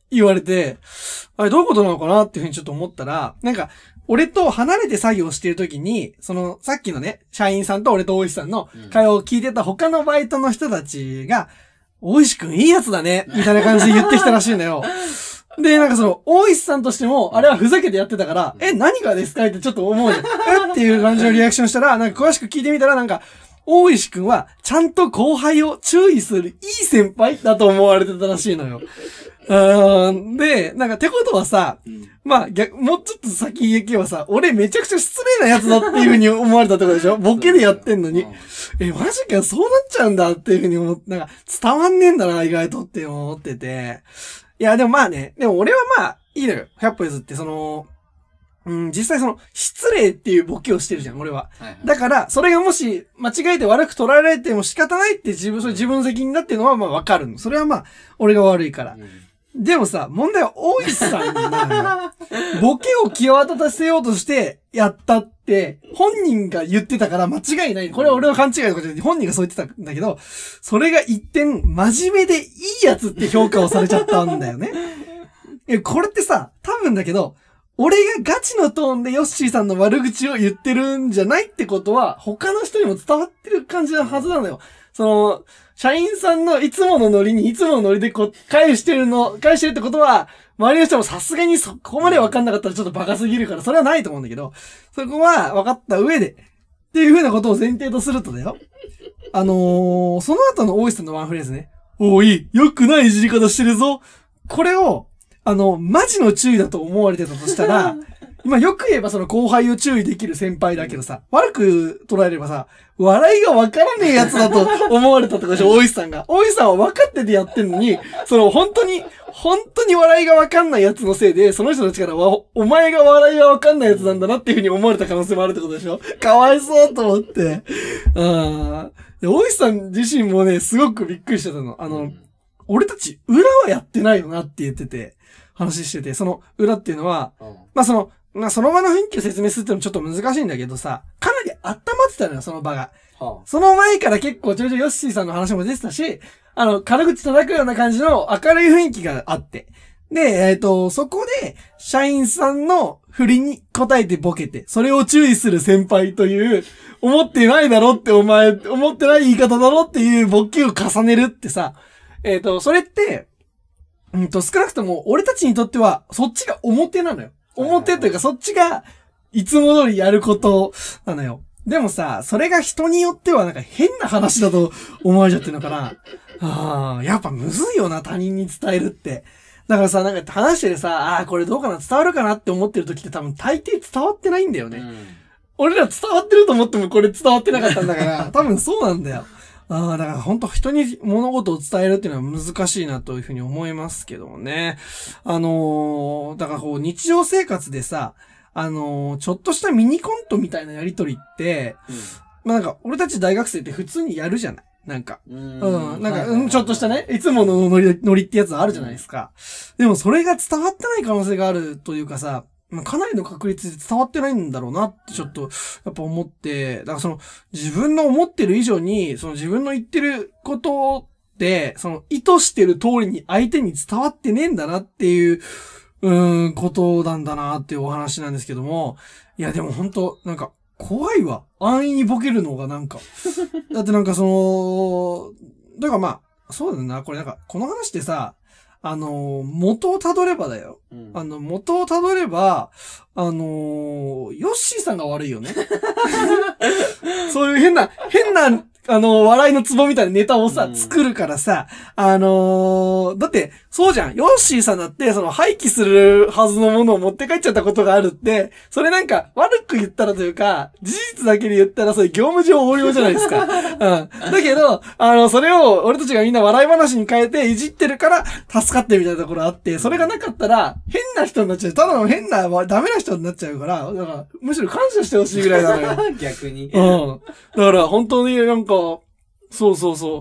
言われて、あれどういうことなのかなっていうふうにちょっと思ったら、なんか、俺と離れて作業してる時に、さっきのね、社員さんと俺と大石さんの会話を聞いてた他のバイトの人たちが、大石くんいいやつだね、みたいな感じで言ってきたらしいんだよ。で、なんか大石さんとしても、あれはふざけてやってたから、何がですかってちょっと思うじゃん。っていう感じのリアクションしたら、なんか詳しく聞いてみたら、なんか、大石くんは、ちゃんと後輩を注意するいい先輩だと思われてたらしいのよ。で、なんか、ってことはさ、まあ、もうちょっと先行けばさ、俺めちゃくちゃ失礼なやつだっていう風に思われたってことでしょボケでやってんのに。マジか、そうなっちゃうんだっていう風に思って、なんか、伝わんねえんだな、意外とって思ってて。いや、でもまあね、でも俺はまあ、いいのよ。100歩譲って、実際失礼っていうボケをしてるじゃん、俺は。だから、それがもし、間違えて悪く取られても仕方ないってそれ自分の責任だっていうのはまあわかるの。それはまあ、俺が悪いから。でもさ、問題は大石さんなのよ。ボケを際立たせようとしてやったって、本人が言ってたから間違いない。これは俺の勘違いとかじゃなくて、本人がそう言ってたんだけど、それが一点、真面目でいいやつって評価をされちゃったんだよね。これってさ、多分だけど、俺がガチのトーンでヨッシーさんの悪口を言ってるんじゃないってことは、他の人にも伝わってる感じなはずなのよ。社員さんのいつものノリにいつものノリで返してるってことは、周りの人もさすがにそこまで分かんなかったらちょっとバカすぎるから、それはないと思うんだけど、そこは分かった上で、っていう風なことを前提とするとだよ。その後の大石さんのワンフレーズね。おい、良くないいじり方してるぞ。これを、マジの注意だと思われてたとしたら、今よく言えば後輩を注意できる先輩だけどさ、悪く捉えればさ、笑いが分からねえやつだと思われたってことでしょ、大石さんが。大石さんは分かっててやってんのに、本当に笑いが分かんないやつのせいで、その人たちからは、お前が笑いが分かんないやつなんだなっていうふうに思われた可能性もあるってことでしょ。かわいそうと思って。で大石さん自身もね、すごくびっくりしてたの。俺たち裏はやってないよなって言ってて、話してて、その裏っていうのは、その場の雰囲気を説明するってのもちょっと難しいんだけどさ、かなり温まってたのよ、その場が。その前から結構ちょいちょいヨッシーさんの話も出てたし、軽口叩くような感じの明るい雰囲気があって。で、そこで、社員さんの振りに答えてボケて、それを注意する先輩という、思ってないだろってお前、思ってない言い方だろっていうボケを重ねるってさ、それって、少なくとも俺たちにとっては、そっちが表なのよ。表というかそっちが、いつも通りやることなのよ。でもさ、それが人によってはなんか変な話だと思われちゃってるのかな。やっぱむずいよな、他人に伝えるって。だからさ、なんか話しててさ、これどうかな、伝わるかなって思ってる時って多分大抵伝わってないんだよね。俺ら伝わってると思ってもこれ伝わってなかったんだから、多分そうなんだよ。だから本当人に物事を伝えるっていうのは難しいなというふうに思いますけどもね。だから日常生活でさ、ちょっとしたミニコントみたいなやりとりって、なんか俺たち大学生って普通にやるじゃないなんか。ちょっとしたね、いつものノリってやつあるじゃないですか。でもそれが伝わってない可能性があるというかさ、かなりの確率で伝わってないんだろうなってちょっとやっぱ思って、だから自分の思ってる以上に、自分の言ってることで、意図してる通りに相手に伝わってねえんだなっていう、ことなんだなっていうお話なんですけども、いやでも本当なんか怖いわ。安易にボケるのがなんか。だってなんかだからまあ、そうだな、これなんか、この話ってさ、元をたどればだよ。元をたどれば、ヨッシーさんが悪いよね。そういう変な、笑いのツボみたいなネタをさ、作るからさ、だって、そうじゃん。ヨッシーさんだって、廃棄するはずのものを持って帰っちゃったことがあるって、それなんか、悪く言ったらというか、事実だけで言ったら、そういう業務上横領じゃないですか。だけど、それを、俺たちがみんな笑い話に変えていじってるから、助かってみたいなところあって、それがなかったら、変な人になっちゃう。ただの変な、ダメな人になっちゃうから、だから、むしろ感謝してほしいぐらいなのよ。 逆に。 だから、本当になんか、そう。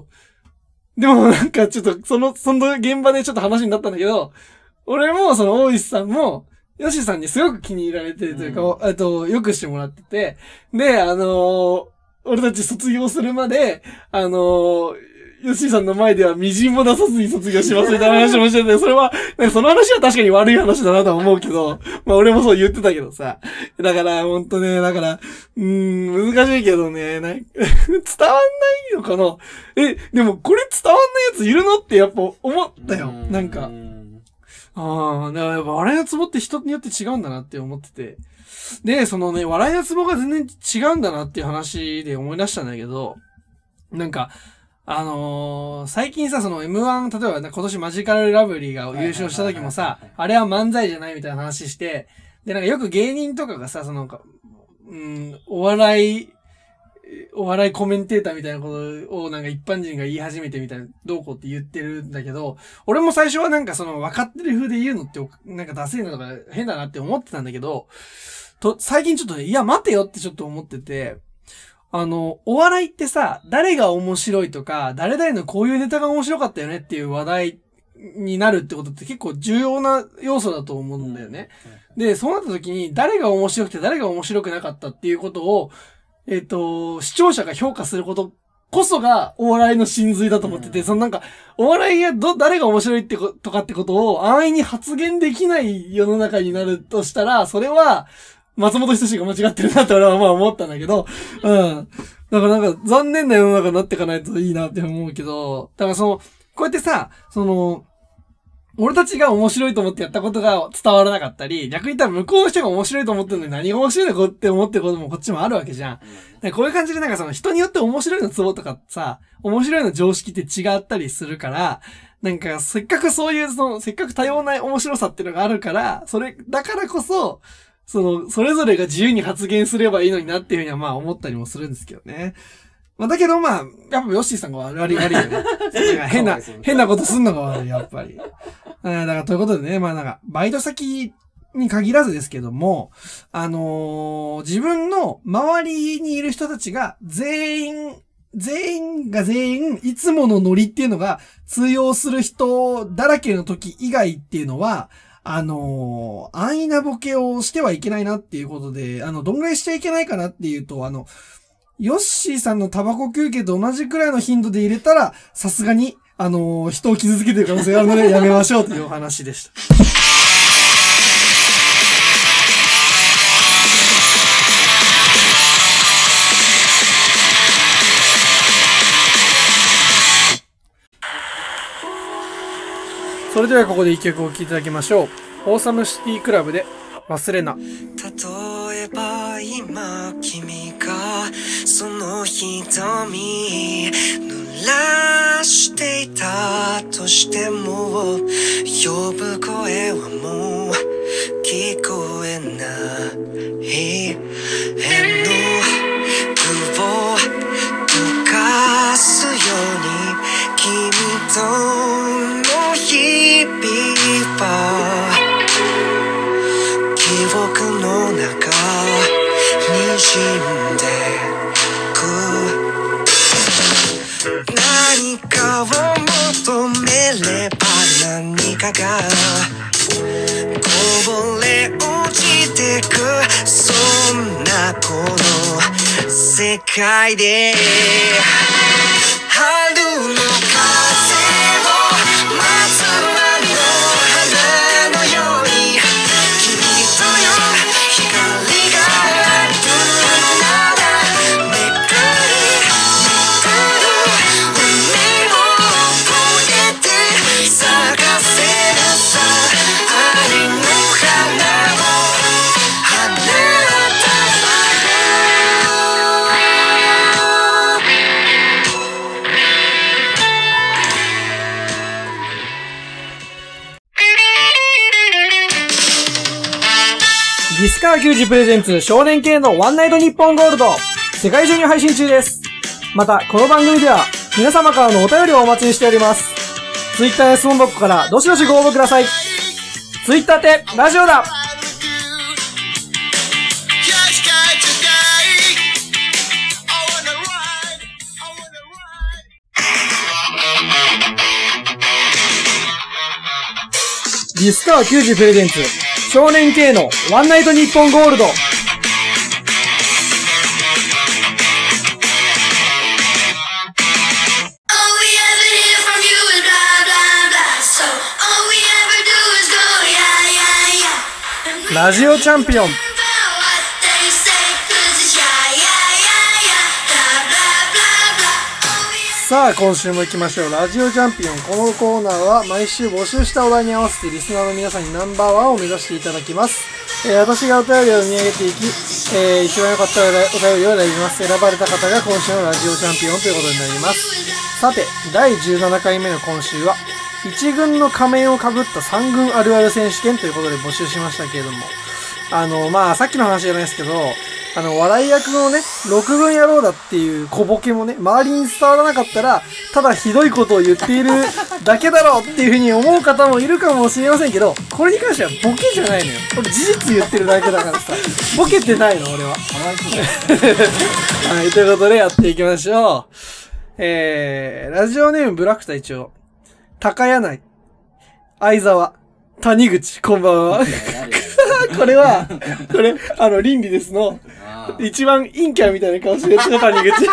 でもなんかちょっと、その現場でちょっと話になったんだけど、俺も大石さんも、ヨシさんにすごく気に入られてるというか、よくしてもらってて、で、俺たち卒業するまで、ヨヨッシーさんの前では微塵も出さずに卒業しますみたいな話もしてて、それは、その話は確かに悪い話だなとは思うけど、まあ俺もそう言ってたけどさ。だから、ほんとね、難しいけどね、伝わんないのかな。でもこれ伝わんないやついるのってやっぱ思ったよ。なんか。だからやっぱ笑いのツボって人によって違うんだなって思ってて。で、そのね、笑いのツボが全然違うんだなっていう話で思い出したんだけど、なんか、最近さ、その M1、例えば今年マジカルラブリーが優勝した時もさ、あれは漫才じゃないみたいな話して、で、なんかよく芸人とかがさ、お笑いコメンテーターみたいなことをなんか一般人が言い始めてみたいな、どうこうって言ってるんだけど、俺も最初はなんかその分かってる風で言うのってなんかダセーなとか変だなって思ってたんだけど、最近ちょっとね、いや待てよってちょっと思ってて、お笑いってさ、誰が面白いとか、誰々のこういうネタが面白かったよねっていう話題になるってことって結構重要な要素だと思うんだよね。で、そうなった時に誰が面白くて誰が面白くなかったっていうことを、視聴者が評価することこそがお笑いの真髄だと思ってて、お笑いが誰が面白いってとかってことを安易に発言できない世の中になるとしたら、それは、松本人志が間違ってるなって俺はまあ思ったんだけど、だから残念な世の中になっていかないといいなって思うけど、だからこうやってさ、俺たちが面白いと思ってやったことが伝わらなかったり、逆に言ったら向こうの人が面白いと思ってるのに何が面白いのかって思ってることもこっちもあるわけじゃん。でこういう感じで人によって面白いのツボとかさ、面白いの常識って違ったりするから、せっかくそういうせっかく多様な面白さっていうのがあるから、だからこそ、それぞれが自由に発言すればいいのになっていうふうにはまあ思ったりもするんですけどね。まあだけどまあ、やっぱヨッシーさんが悪いよね。変なことすんのが悪い、やっぱり。だからということでね、まあバイト先に限らずですけども、自分の周りにいる人たちが全員、いつものノリっていうのが通用する人だらけの時以外っていうのは、安易なボケをしてはいけないなっていうことで、どんぐらいしちゃいけないかなっていうと、ヨッシーさんのタバコ休憩と同じくらいの頻度で入れたら、さすがに、人を傷つけてる可能性があるのでやめましょうというお話でした。それではここで一曲お聴きいただきましょう。オーサムシティクラブで忘れな。 例えば今君がその瞳濡らしていたとしても、呼ぶ声はもう聞こえない絵の具を溶かすように君との日々は記憶の中に滲んでく、何かを求めれば何かがこぼれ落ちてく、そんなこの世界で春の風を待つ間の花のように、君とよ光があるならめくりめくる海を越えて探せるさ、愛の花を花束ディスカー球児プレゼンツ少年系のワンナイトニッポンゴールド、世界中に配信中です。またこの番組では皆様からのお便りをお待ちしております。ツイッターや質問箱からどしどしご応募ください。ツイッターってラジオだ。ディスカー球児プレゼンツ少年系のワンナイトニッポンゴールド。 All we ever ラジオチャンピオン。さあ、今週も行きましょう。ラジオチャンピオン。このコーナーは毎週募集したお題に合わせてリスナーの皆さんにナンバーワンを目指していただきます。私がお便りを見上げていき、一番良かったお便りを選びます。選ばれた方が今週のラジオチャンピオンということになります。さて、第17回目の今週は、1軍の仮面をかぶった3軍あるある選手権ということで募集しましたけれども、まあ、さっきの話じゃないですけど、笑い役のね、6軍野郎だっていう小ボケもね、周りに伝わらなかったら、ただひどいことを言っているだけだろうっていうふうに思う方もいるかもしれませんけど、これに関してはボケじゃないのよ。俺事実言ってるだけだからさ、ボケてないの、俺は。はい、ということでやっていきましょう。ラジオネームブラック隊長、高柳、相沢、谷口、こんばんは。これ、倫理ですの、一番陰キャみたいな顔してるやつが谷口。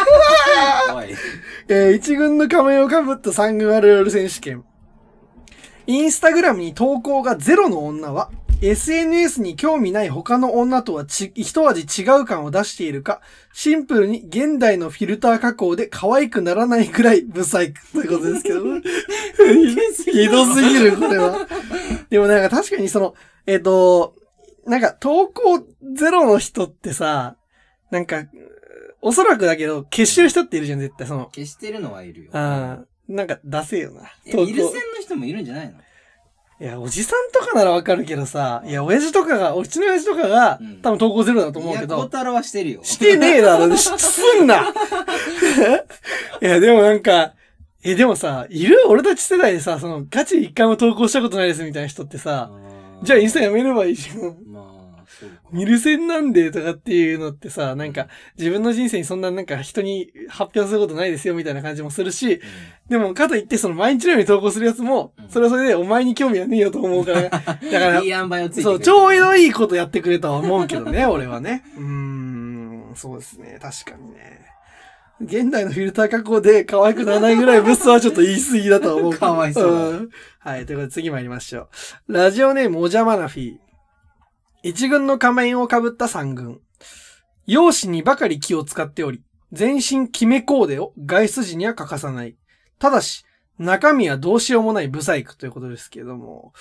一軍の仮面をかぶった三軍あるある選手権。インスタグラムに投稿がゼロの女は、SNS に興味ない他の女とは一味違う感を出しているか、シンプルに現代のフィルター加工で可愛くならないくらいブサイクということですけど。ひどすぎる、これは。でもなんか確かになんか投稿ゼロの人ってさ、なんか、おそらくだけど、消してる人っているじゃん、絶対消してるのはいるよ。 なんか出せよな。 ミルセンの人もいるんじゃないの？ いや、おじさんとかならわかるけどさ、いや、うちの親父とかが、多分投稿ゼロだと思うけど。 いや、小太郎はしてるよ。 してねえだろ、すんな。いや、でもなんか、でもさ、俺たち世代でさ、ガチで一回も投稿したことないですみたいな人ってさ、じゃあインスタやめればいいじゃん。ミルセンなんでとかっていうのってさ、なんか自分の人生にそんななんか人に発表することないですよみたいな感じもするし、でもかといって毎日のように投稿するやつも、それはそれでお前に興味はねえよと思うから、だから、 いい塩梅をついてそう、ちょうどいいことやってくれとは思うけどね、俺はね。そうですね、確かにね。現代のフィルター加工で可愛くならないぐらいブスはちょっと言い過ぎだと思う。 かわいそう。 はい、ということで次参りましょう。ラジオネームおじゃまなフィー。一軍の仮面をかぶった三軍。容姿にばかり気を使っており、全身決めコーデを外出時には欠かさない。ただし、中身はどうしようもないブサイクということですけれども、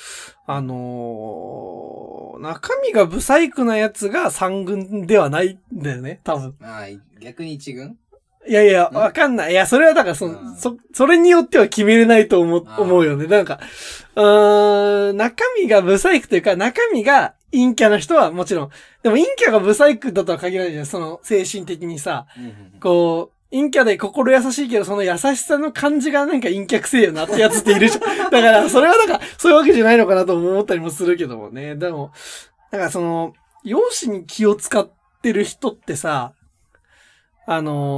中身がブサイクなやつが三軍ではないんだよね、多分。 逆に一軍？ いやいや、わかんない。いや、それはだからそれによっては決めれないと思うよね。なんか、中身がブサイクというか、中身が陰キャな人はもちろん。でも陰キャがブサイクだとは限らないじゃん。精神的にさ、こう、陰キャで心優しいけど、その優しさの感じがなんか陰キャくせえよなってやつっているじゃん。だから、それはなんか、そういうわけじゃないのかなと思ったりもするけどもね。でも、なんか容姿に気を使ってる人ってさ、そ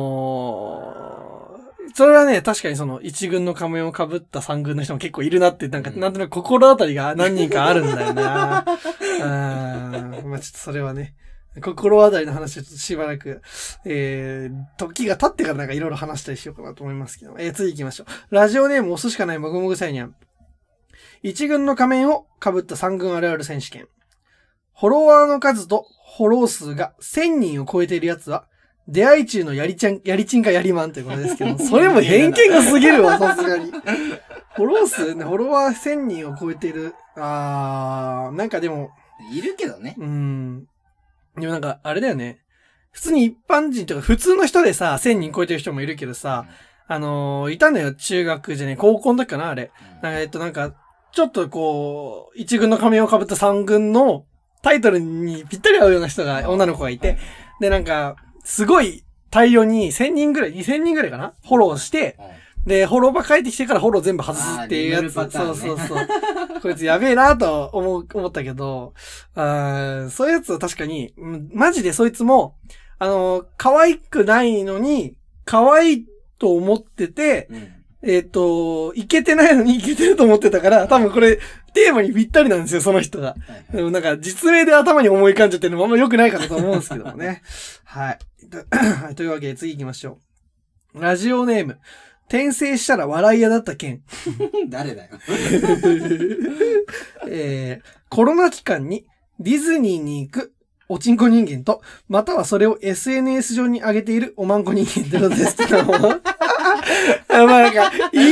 れはね、確かに一軍の仮面を被った三軍の人も結構いるなって、なんとなく心当たりが何人かあるんだよな。まあちょっとそれはね、心当たりの話をちょっとしばらく、時が経ってからなんかいろいろ話したりしようかなと思いますけど、次行きましょう。ラジオネーム押すしかないもぐもぐさいにゃん。一軍の仮面を被った三軍あるある選手権。フォロワーの数とフォロー数が1000人を超えているやつは、出会い中のやりちんかやりまんということですけど、それも偏見が過ぎるわ、さすがに。フォロー数ね、フォロワー1000人を超えている。なんかでも。 いるけどね。 でもなんか、あれだよね。普通に一般人とか、普通の人でさ、1000人超えてる人もいるけどさ、いたんだよ、中学じゃね、高校の時かな、あれ。なんか、ちょっとこう、一軍の仮面を被った三軍のタイトルにぴったり合うような人が、女の子がいて、で、なんか、すごい大量に1000人ぐらい、2000人ぐらいかなフォローして、で、フォローば帰ってきてからフォロー全部外すっていうやつ。そうそうそう。こいつやべえなと思ったけど、そういうやつは確かに、マジでそいつも、可愛くないのに、可愛いと思ってて、いけてないのにいけてると思ってたから、多分これ、テーマにぴったりなんですよ、その人が。でもなんか、実名で頭に思い浮かんじゃってるのもあんま良くないかなと思うんですけどもね。はい。というわけで次行きましょう。ラジオネーム。転生したら笑い屋だった件。 誰だよ。 コロナ期間にディズニーに行くおちんこ人間と、またはそれを SNS 上に上げているおまんこ人間ってことですけども。まあなんか、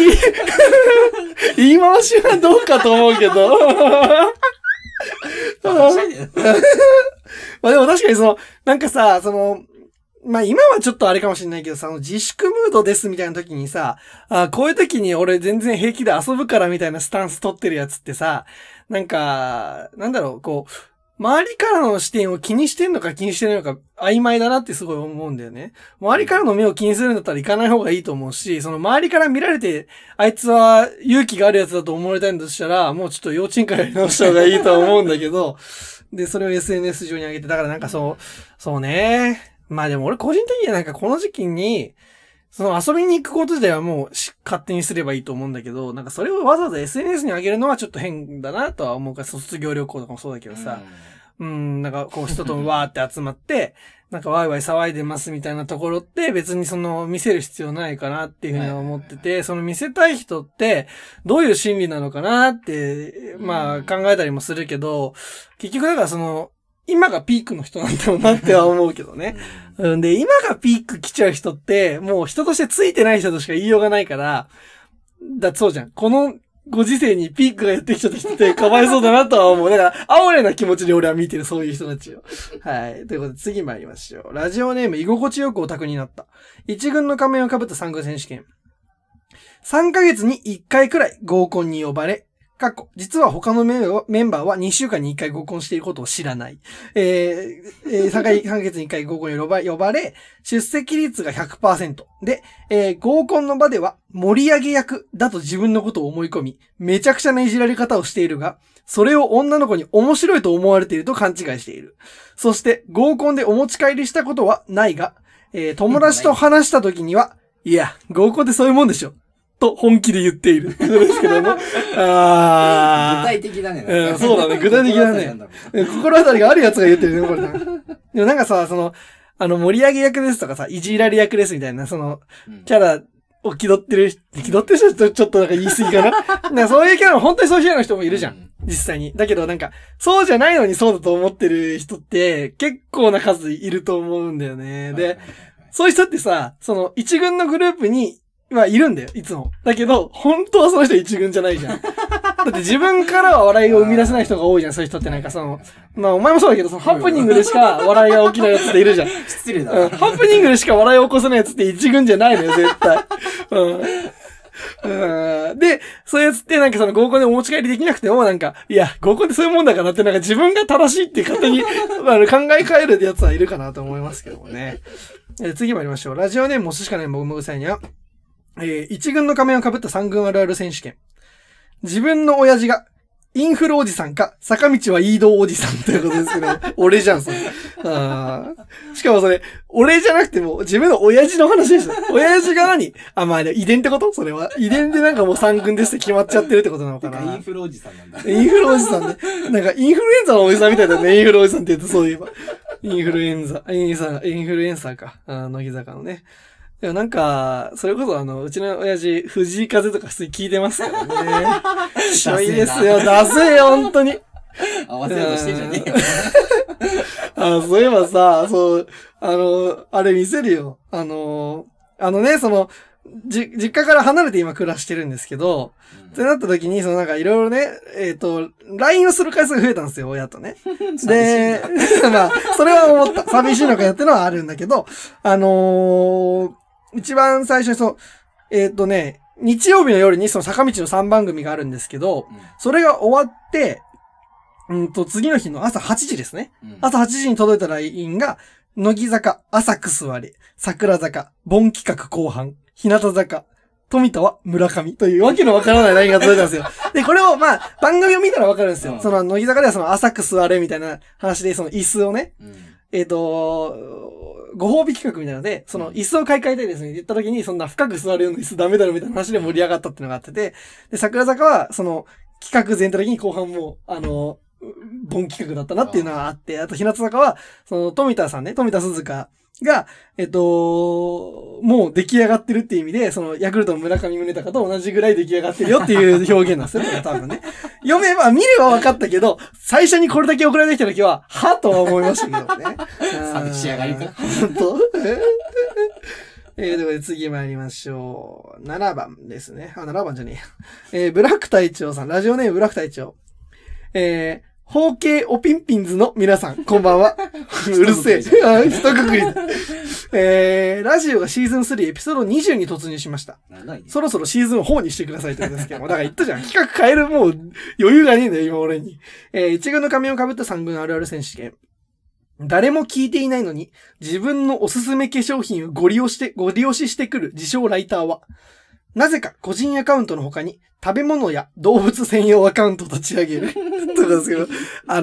言い回しはどうかと思うけど。まあでも確かになんかさ、まあ今はちょっとあれかもしれないけどさ、自粛ムードですみたいな時にさ、こういう時に俺全然平気で遊ぶからみたいなスタンス取ってるやつってさ、なんか、なんだろう、こう、周りからの視点を気にしてんのか気にしてないのか曖昧だなってすごい思うんだよね。周りからの目を気にするんだったら行かない方がいいと思うし、周りから見られて、あいつは勇気があるやつだと思われたいんだとしたら、もうちょっと幼稚園からやり直した方がいいと思うんだけど、で、それを SNS 上に上げて、だからなんかそうね。まあでも俺個人的にはなんかこの時期に、遊びに行くこと自体はもう勝手にすればいいと思うんだけど、なんかそれをわざわざ SNS に上げるのはちょっと変だなとは思うから、卒業旅行とかもそうだけどさ、なんかこう人ともわーって集まって、なんかワイワイ騒いでますみたいなところって別に見せる必要ないかなっていうふうに思ってて、見せたい人ってどういう心理なのかなって、まあ考えたりもするけど、結局だから今がピークの人なんだろうなっては思うけどね。で、今がピーク来ちゃう人って、もう人としてついてない人としか言いようがないから、そうじゃん。このご時世にピークがやってきちゃった人ってかわいそうだなとは思う。だから、哀れな気持ちで俺は見てる、そういう人たちを。はい。ということで、次参りましょう。ラジオネーム、居心地よくオタクになった。一軍の仮面を被った三軍選手権。3ヶ月に1回くらい合コンに呼ばれ、実は他のメンバーは2週間に1回合コンしていることを知らない。3ヶ月に1回合コンに呼ばれ、出席率が 100% で、合コンの場では盛り上げ役だと自分のことを思い込み、めちゃくちゃないじられ方をしているが、それを女の子に面白いと思われていると勘違いしている。そして合コンでお持ち帰りしたことはないが、友達と話した時には、いや、合コンってそういうもんでしょ。と本気で言っている。ですけども。 具体的だね。 そうだね。具体的だね。心当たりがあるやつが言ってるね、これ。でもなんかさ、盛り上げ役ですとかさ、いじられ役ですみたいな、キャラを気取ってる人はちょっとなんか言い過ぎかな。なんかそういうキャラ、本当にそういうキャラの人もいるじゃん。実際に。だけどなんか、そうじゃないのにそうだと思ってる人って結構な数いると思うんだよね。で、そういう人ってさ、一軍のグループに、いるんだよ、いつも。だけど、本当はその人一軍じゃないじゃん。だって自分からは笑いを生み出せない人が多いじゃん、そういう人ってなんかまあお前もそうだけど、ハプニングでしか笑いが起きないやつっているじゃん。 失礼だな。 ハプニングでしか笑いを起こせないやつって一軍じゃないのよ、絶対。で、そういうやつってなんか合コンでお持ち帰りできなくてもなんか、いや、合コンってそういうもんだからってなんか自分が正しいって勝手に考え変えるやつはいるかなと思いますけどもね。次参りましょう。ラジオネームもすしかないもぐもぐさいにゃ。一軍の仮面を被った三軍あるある選手権。自分の親父が、インフルおじさんか、坂道は移動おじさんということですけど、俺じゃん、それ。しかもそれ、俺じゃなくても、自分の親父の話ですよ。親父がまあ、遺伝ってことそれは。遺伝でなんかもう三軍ですって決まっちゃってるってことなのかな。 インフルおじさんなんだ。 インフルおじさんで。なんか、インフルエンザのおじさんみたいだね。インフルおじさんって言うとそういえば。インフルエンサーか。乃木坂のね。でもなんか、それこそうちの親父、藤井風とか普通に聞いてますからね。白いですよ。ダセえよ、本当に。 合わせようとしてんじゃねえよ。そういえばさ、あれ見せるよ。実家から離れて今暮らしてるんですけど、ってなった時に、なんかいろいろね、LINE をする回数が増えたんですよ、親とね。で、まあ、それは思った。寂しいのかやってのはあるんだけど、一番最初に日曜日の夜に坂道の3番組があるんですけど、それが終わって、次の日の朝8時ですね。朝8時に届いた LINE が、乃木坂、浅く座れ、桜坂、本企画後半、日向坂、富田は村上というわけのわからない LINE が届いたんですよ。で、これをまあ、番組を見たらわかるんですよ。乃木坂では浅く座れみたいな話で、椅子をね、ご褒美企画みたいなので、椅子を買い替えたいですね。言った時に、そんな深く座るような椅子ダメだろみたいな話で盛り上がったっていうのがあってて、で、桜坂は、企画全体的に後半も、本企画だったなっていうのがあって、あと、日向坂は、富田さんね、富田鈴香が、もう出来上がってるっていう意味で、そのヤクルトの村上宗隆と同じぐらい出来上がってるよっていう表現なんですよ、これ多分ね。読めば、見れば分かったけど、最初にこれだけ送られてきた時は、はとは思いましたけどね。 寂し上がりか。 本当ということで次参りましょう。7番ですね。7番じゃねえ。ブラック隊長さん、ラジオネームブラック隊長。包茎おピンピンズの皆さん、こんばんは。うるせえ。一括りで。ラジオがシーズン3エピソード20に突入しました。そろそろシーズン4にしてくださいってことですけども。だから言ったじゃん。企画変えるもう余裕がねえんだよ、今俺に。一軍の仮面を被った三軍あるある選手権。誰も聞いていないのに、自分のおすすめ化粧品をご利用ししてくる自称ライターは、なぜか個人アカウントの他に食べ物や動物専用アカウントを立ち上げる。とかですけど、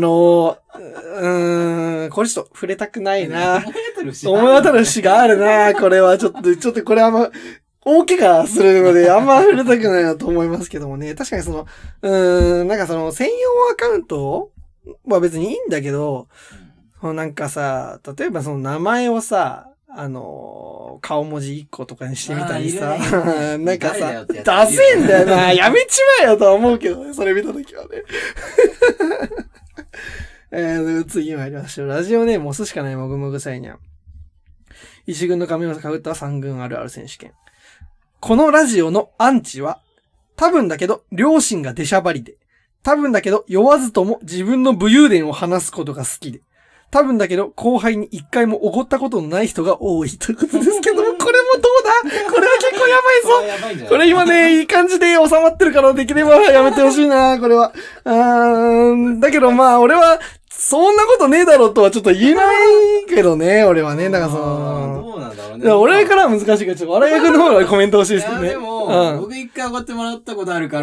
これちょっと触れたくないな。思い当たる節があるな。これはちょっとこれあんま、大怪我するのであんま触れたくないなと思いますけどもね。確かにその、なんかその専用アカウントは別にいいんだけど、なんかさ、例えばその名前をさ、顔文字1個とかにしてみたりさ、なんかさ、ダセえんだよな、やめちまえよとは思うけどね、それ見たときはね。次参りましょう。ラジオネーム押すしかないもぐもぐさいにゃん。一軍の髪をかぶった三軍あるある選手権。このラジオのアンチは、多分だけど両親が出しゃばりで、多分だけど酔わずとも自分の武勇伝を話すことが好きで、多分だけど、後輩に一回もおごったことのない人が多いということですけども、これもどうだ？これは結構やばいぞ。これ今ね、いい感じで収まってるからできればやめてほしいな、これは。だけどまあ、俺は、そんなことねえだろうとはちょっと言えないけどね、俺はね。だからその、 どうなんだろうね。 俺からは難しいから、ちょっと笑い役の方がコメント欲しいですけどね。 でも、僕一回おごってもらったことあるから、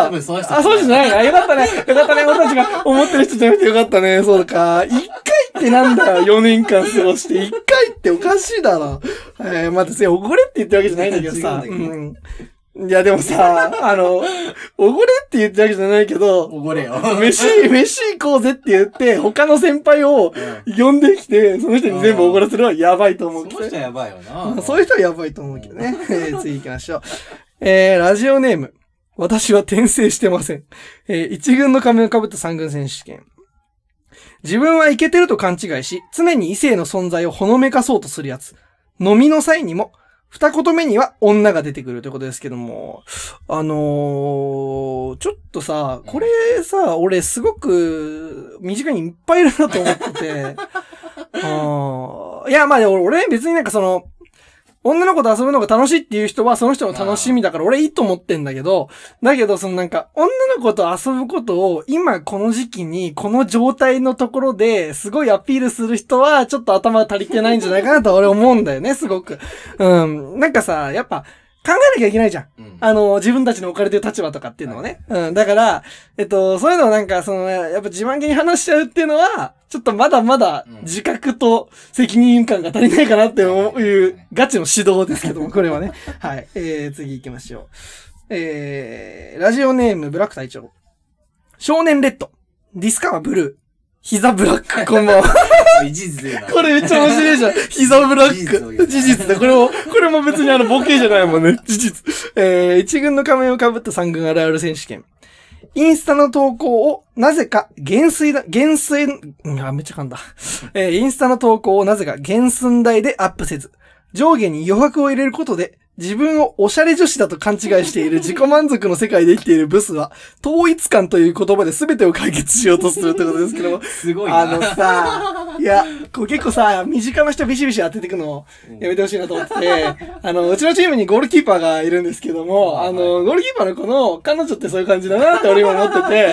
多分そういう人。 そうじゃない。よかったね。よかったね。俺たちが思ってる人じゃなくてよかったね。そうか。一回ってなんだよ。4年間過ごして。一回っておかしいだろ。またおごれって言ってるわけじゃないんだけどさ。いや、でもさ、おごれって言ってるわけじゃないけど、 おごれよ。 飯行こうぜって言って、他の先輩を呼んできて、その人に全部おごらせるのはやばいと思うけど。 その人はやばいよな。 そういう人はやばいと思うけどね。次行きましょう。ラジオネーム。私は転生してません。一軍の仮面を被った三軍選手権。自分はイケてると勘違いし、常に異性の存在をほのめかそうとするやつ。飲みの際にも、二言目には女が出てくるということですけども、ちょっとさ、これさ、俺すごく身近にいっぱいいるなと思ってて、いや、まあ俺別になんかその、女の子と遊ぶのが楽しいっていう人はその人の楽しみだから俺いいと思ってんだけど、そのなんか女の子と遊ぶことを今この時期にこの状態のところですごいアピールする人はちょっと頭が足りてないんじゃないかなと俺思うんだよね、すごく。なんかさ、やっぱ考えなきゃいけないじゃん。自分たちの置かれてる立場とかっていうのをね。だから、そういうのをなんか、やっぱ自慢げに話しちゃうっていうのは、ちょっとまだまだ自覚と責任感が足りないかなっていうガチの指導ですけども、これはね。はい。次行きましょう。ラジオネームブラック隊長。少年レッド。ディスカワブルー。膝ブラック、こんばんは。これめっちゃ面白いじゃん。膝ブラック。事実だ。これも別にボケじゃないもんね。事実。一軍の仮面を被った三軍あるある選手権。インスタの投稿をなぜかめっちゃ噛んだ。インスタの投稿をなぜか原寸大でアップせず、上下に余白を入れることで、自分をおしゃれ女子だと勘違いしている自己満足の世界で生きているブスは、統一感という言葉で全てを解決しようとするってことですけども。 すごいな。 いや、結構さ、身近な人ビシビシ当てていくのやめてほしいなと思ってて、うちのチームにゴールキーパーがいるんですけども、ゴールキーパーの子の彼女ってそういう感じだなって俺今思ってて、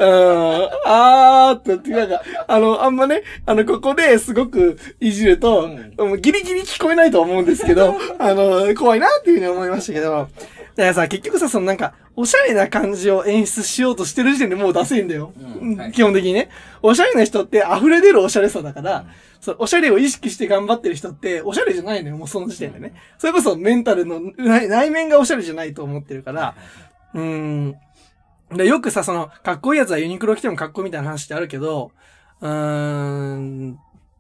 なんか、あんまね、ここですごくいじると、ギリギリ聞こえないと思うんですけど、怖いなっていうふうに思いましたけど、だからさ、結局さ、なんか、おしゃれな感じを演出しようとしてる時点でもうダセいんだよ。基本的にね。おしゃれな人って溢れ出るおしゃれさだから、おしゃれを意識して頑張ってる人って、おしゃれじゃないのよ、もうその時点でね。それこそメンタルの内面がおしゃれじゃないと思ってるから、でよくさ、かっこいいやつはユニクロ着てもかっこいいみたいな話ってあるけど、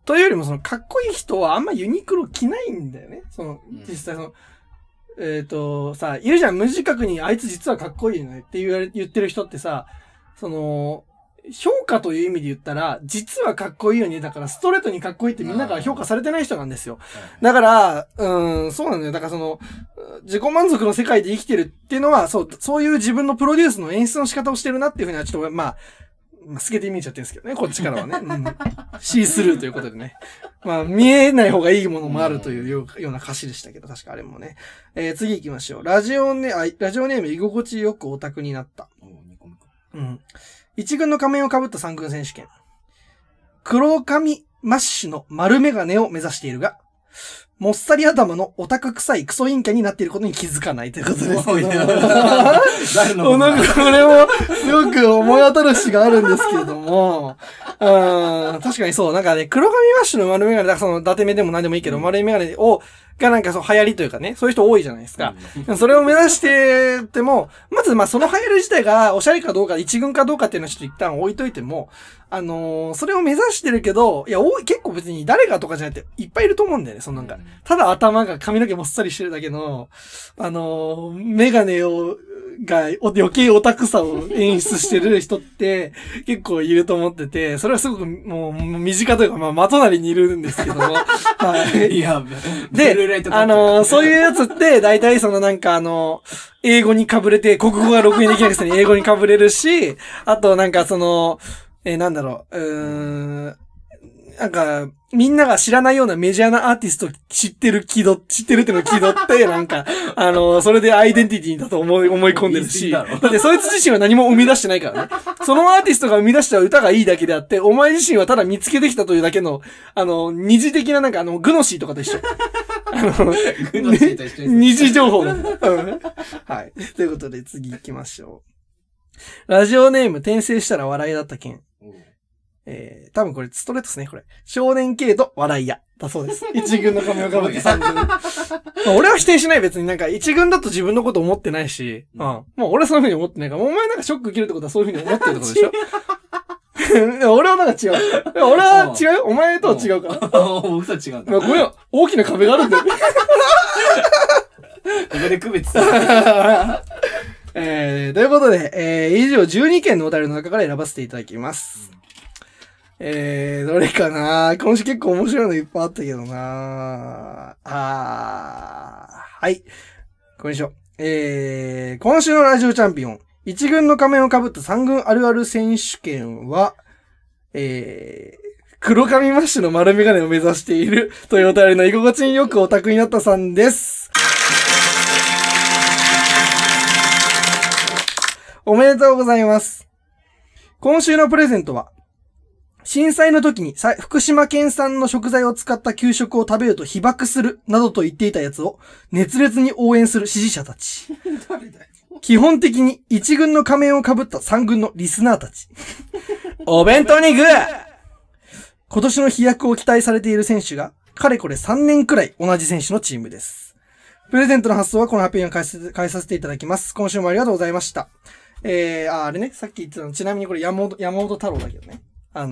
というよりもそのかっこいい人はあんまユニクロ着ないんだよね。実際さ、いるじゃん、無自覚にあいつ実はかっこいいよねって言ってる人ってさ、評価という意味で言ったら、実はかっこいいよね。だからストレートにかっこいいってみんなから評価されてない人なんですよ。だから、そうなんだよ。だから自己満足の世界で生きてるっていうのは、そういう自分のプロデュースの演出の仕方をしてるなっていうふうにはちょっと、透けて見えちゃってるんですけどね、こっちからはね。シースルーということでね。見えない方がいいものもあるというような歌詞でしたけど、確かあれもね。次行きましょう。ラジオネーム居心地よくオタクになった。一軍の仮面を被った三軍選手権。黒髪マッシュの丸メガネを目指しているが、もっさり頭のオタク臭いクソ陰キャになっていることに気づかないということですけど。誰のなんかこれもすごく思い当たる詩があるんですけれども、確かにそう、なんかね、黒髪マッシュの丸メガネ、だから伊達目でも何でもいいけど、丸メガネがなんか流行りというかね、そういう人多いじゃないですか。それを目指してても、まずその流行り自体がおしゃれかどうか、一軍かどうかっていうのはちょっと一旦置いといても、それを目指してるけど、いや、結構別に誰がとかじゃなくていっぱいいると思うんだよね、なんか。ただ頭が髪の毛もっさりしてるだけの、メガネが余計オタクさを演出してる人って結構いると思ってて、それはすごくもう身近というか、まとなりにいるんですけども。はい。いや、で、そういうやつって大体なんか英語に被れて、国語が録音できないくせに英語に被れるし、あとなんかなんだろう、なんか、みんなが知らないようなメジャーなアーティスト知ってるっていうのを気取って、なんか、それでアイデンティティだと思い込んでるし、だってそいつ自身は何も生み出してないからね。そのアーティストが生み出した歌がいいだけであって、お前自身はただ見つけてきたというだけの、二次的ななんかグノシーとかと一緒。 グノシーと一緒です。 二次情報だ。はい。ということで次行きましょう。ラジオネーム転生したら笑いだった件。多分これストレートですね、これ。少年系と笑い屋だそうです。一軍の髪をかぶって三軍。俺は否定しない、別になんか一軍だと自分のこと思ってないし、もう俺はそういう風に思ってないから、お前なんかショック受けるってことはそういう風に思ってるってことでしょ俺はなんか違う。俺は違うよ。お前とは違うから。 僕とは違うんだ。 ごめん、大きな壁があるんだよ。 ここで区別する。 ということで、以上12件のお便りの中から選ばせていただきます。どれかな、今週結構面白いのいっぱいあったけどなはい。これにしよう。今週のラジオチャンピオン、一軍の仮面を被った三軍あるある選手権は、黒髪マッシュの丸メガネを目指しているというお便りの居心地によくオタクになったさんです。おめでとうございます。今週のプレゼントは、震災の時に福島県産の食材を使った給食を食べると被爆するなどと言っていたやつを熱烈に応援する支持者たち。基本的に一軍の仮面を被った三軍のリスナーたち。お弁当にグー！今年の飛躍を期待されている選手が、かれこれ3年くらい同じ選手のチームです。プレゼントの発送はこの発表に返させていただきます。今週もありがとうございました。あれね、さっき言ってたの、ちなみにこれ山本太郎だけどね。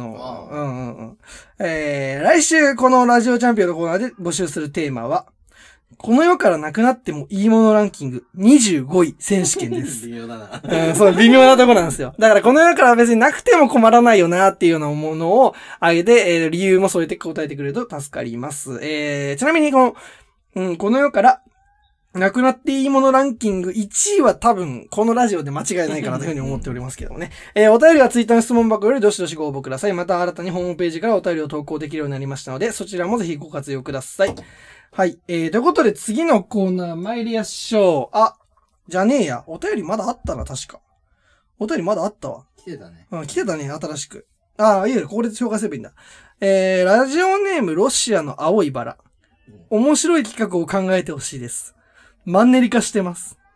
来週このラジオチャンピオンのコーナーで募集するテーマは、この世からなくなってもいいものランキング25位選手権です。 微妙だな。 そう、微妙なとこなんですよ。だからこの世から別になくても困らないよなっていうようなものを挙げて、理由も添えて答えてくれると助かります。ちなみにこの世からなくなっていいものランキング1位は多分このラジオで間違いないかなというふうに思っておりますけどもね。お便りはツイッターの質問箱よりどしどしご応募ください。また新たにホームページからお便りを投稿できるようになりましたので、そちらもぜひご活用ください。はい。ということで次のコーナー参りましょう。じゃねえや。お便りまだあったな、確か。お便りまだあったわ。 来てたね。 来てたね、新しく。いやいや、ここで紹介すればいいんだ。ラジオネームロシアの青いバラ。面白い企画を考えてほしいです。マンネリ化してます。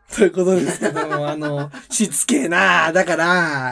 ということですけども、しつけえな。だから、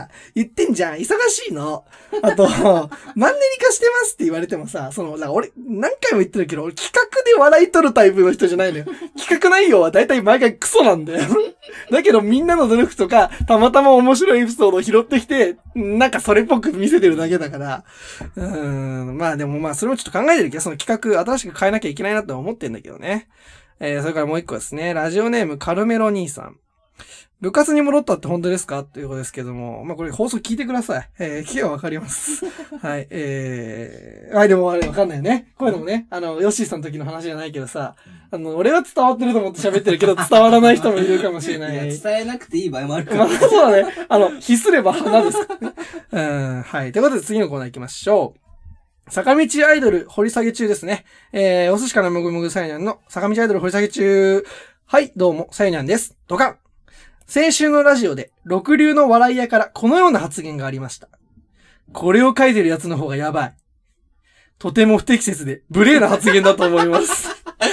言ってんじゃん。忙しいの。あと、マンネリ化してますって言われてもさ、俺、何回も言ってるけど、俺企画で笑い取るタイプの人じゃないのよ。企画内容は大体毎回クソなんだよ。だけどみんなの努力とか、たまたま面白いエピソードを拾ってきて、なんかそれっぽく見せてるだけだから、まあでもまあそれもちょっと考えてるけど、その企画新しく変えなきゃいけないなって思ってんだけどね。それからもう一個ですね。ラジオネームカルメロ兄さん。部活に戻ったって本当ですかということですけども。まあ、これ放送聞いてください。聞けばわかります。はい。でもあれわかんないよね。こういうのもね、ヨッシーさんの時の話じゃないけどさ、俺は伝わってると思って喋ってるけど、伝わらない人もいるかもしれない。 いや、伝えなくていい場合もあるから。 まあ、そうだね。秘すれば花ですからね。はい。ということで次のコーナー行きましょう。坂道アイドル掘り下げ中ですね。お寿司からもぐもぐさゆにゃんの坂道アイドル掘り下げ中。はい、どうも、さゆにゃんです。ドカン。先週のラジオで、六流の笑い屋からこのような発言がありました。これを書いてるやつの方がやばい。とても不適切で、無礼な発言だと思います。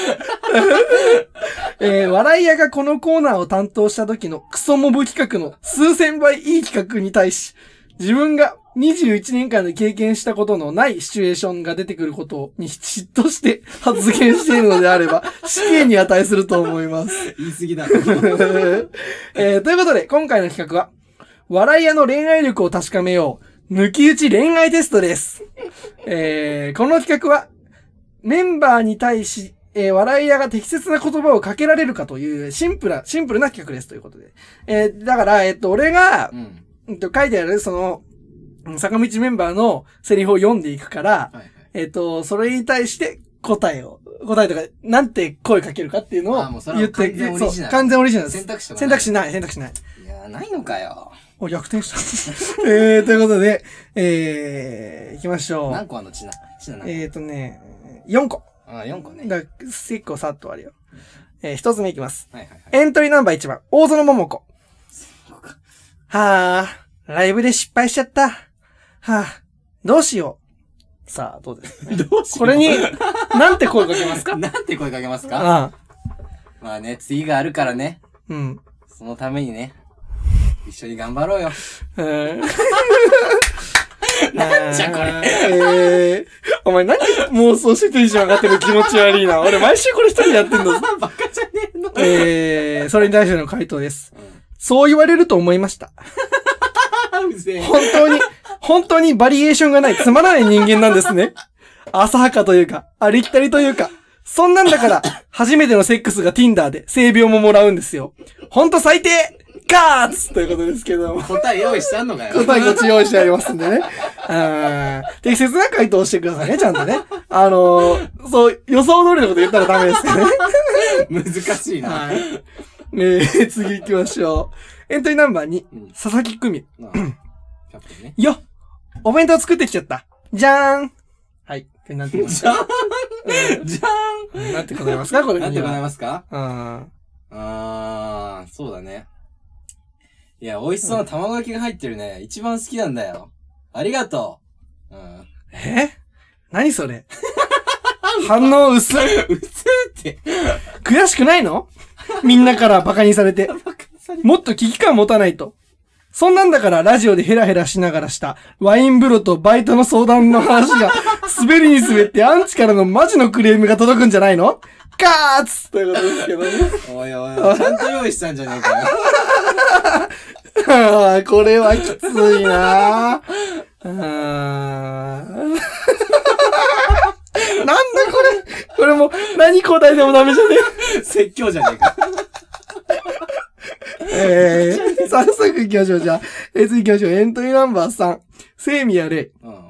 笑い屋がこのコーナーを担当した時のクソモブ企画の数千倍いい企画に対し、自分が21年間で経験したことのないシチュエーションが出てくることに嫉妬して発言しているのであれば、死刑に値すると思います。 言い過ぎだ。 ということで、今回の企画は、笑い屋の恋愛力を確かめよう、抜き打ち恋愛テストです。この企画は、メンバーに対し、笑い屋が適切な言葉をかけられるかというシンプルな企画ですということで。だから、俺が、書いてある、坂道メンバーのセリフを読んでいくから、それに対して答えとか、なんて声かけるかっていうのを言って、完全オリジナルです。選択肢ない。いや、ないのかよ。 逆転した。ということで、行きましょう。 何個あんのちな 4個。 4個ね。 結構さっとあるよ。1つ目いきます。エントリーナンバー1番、大園桃子。はぁ、ライブで失敗しちゃった。はぁ、どうしよう。さあ、どうですか、ね、 どうしよう。 これに、なんて声かけますか？ なんて声かけますか？まあね、次があるからね。そのためにね、一緒に頑張ろうよ。なんじゃこれ。 お前何妄想してテンション上がってる気持ち悪いな。俺毎週これ一人でやってんの。 バカじゃねえの。 それに対しての回答です。そう言われると思いました。本当にバリエーションがないつまらない人間なんですね。浅はかというか、ありきたりというか、そんなんだから、初めてのセックスが Tinder で性病ももらうんですよ。ほんと最低カーツということですけども。 答え用意してあんのかよ。 答えこっち用意してありますんでね。適切な回答をしてくださいね、ちゃんとね。予想通りのこと言ったらダメですからね。 難しいな。はい。 次行きましょう。エントリーナンバー2、佐々木久美。よっ、お弁当作ってきちゃった。じゃーん。はい。なんて言いますか？ じゃーん。 なんて答えますか？これ。 なんて答えますか？そうだね。いや、美味しそうな卵焼きが入ってるね。一番好きなんだよ。ありがとう。 何それ？反応薄い。 薄って。 悔しくないの？みんなからバカにされて。もっと危機感持たないと。そんなんだからラジオでヘラヘラしながらしたワイン風呂とバイトの相談の話が滑りに滑ってアンチからのマジのクレームが届くんじゃないの？カーツということですけどね。 おいおい、ちゃんと用意したんじゃねえかよ。 これはきついなぁ。なんだこれも何答えてもダメじゃねえ。説教じゃねえか。 早速行きましょう。じゃあ、次行きましょう。エントリーナンバー3。セイミヤレイ。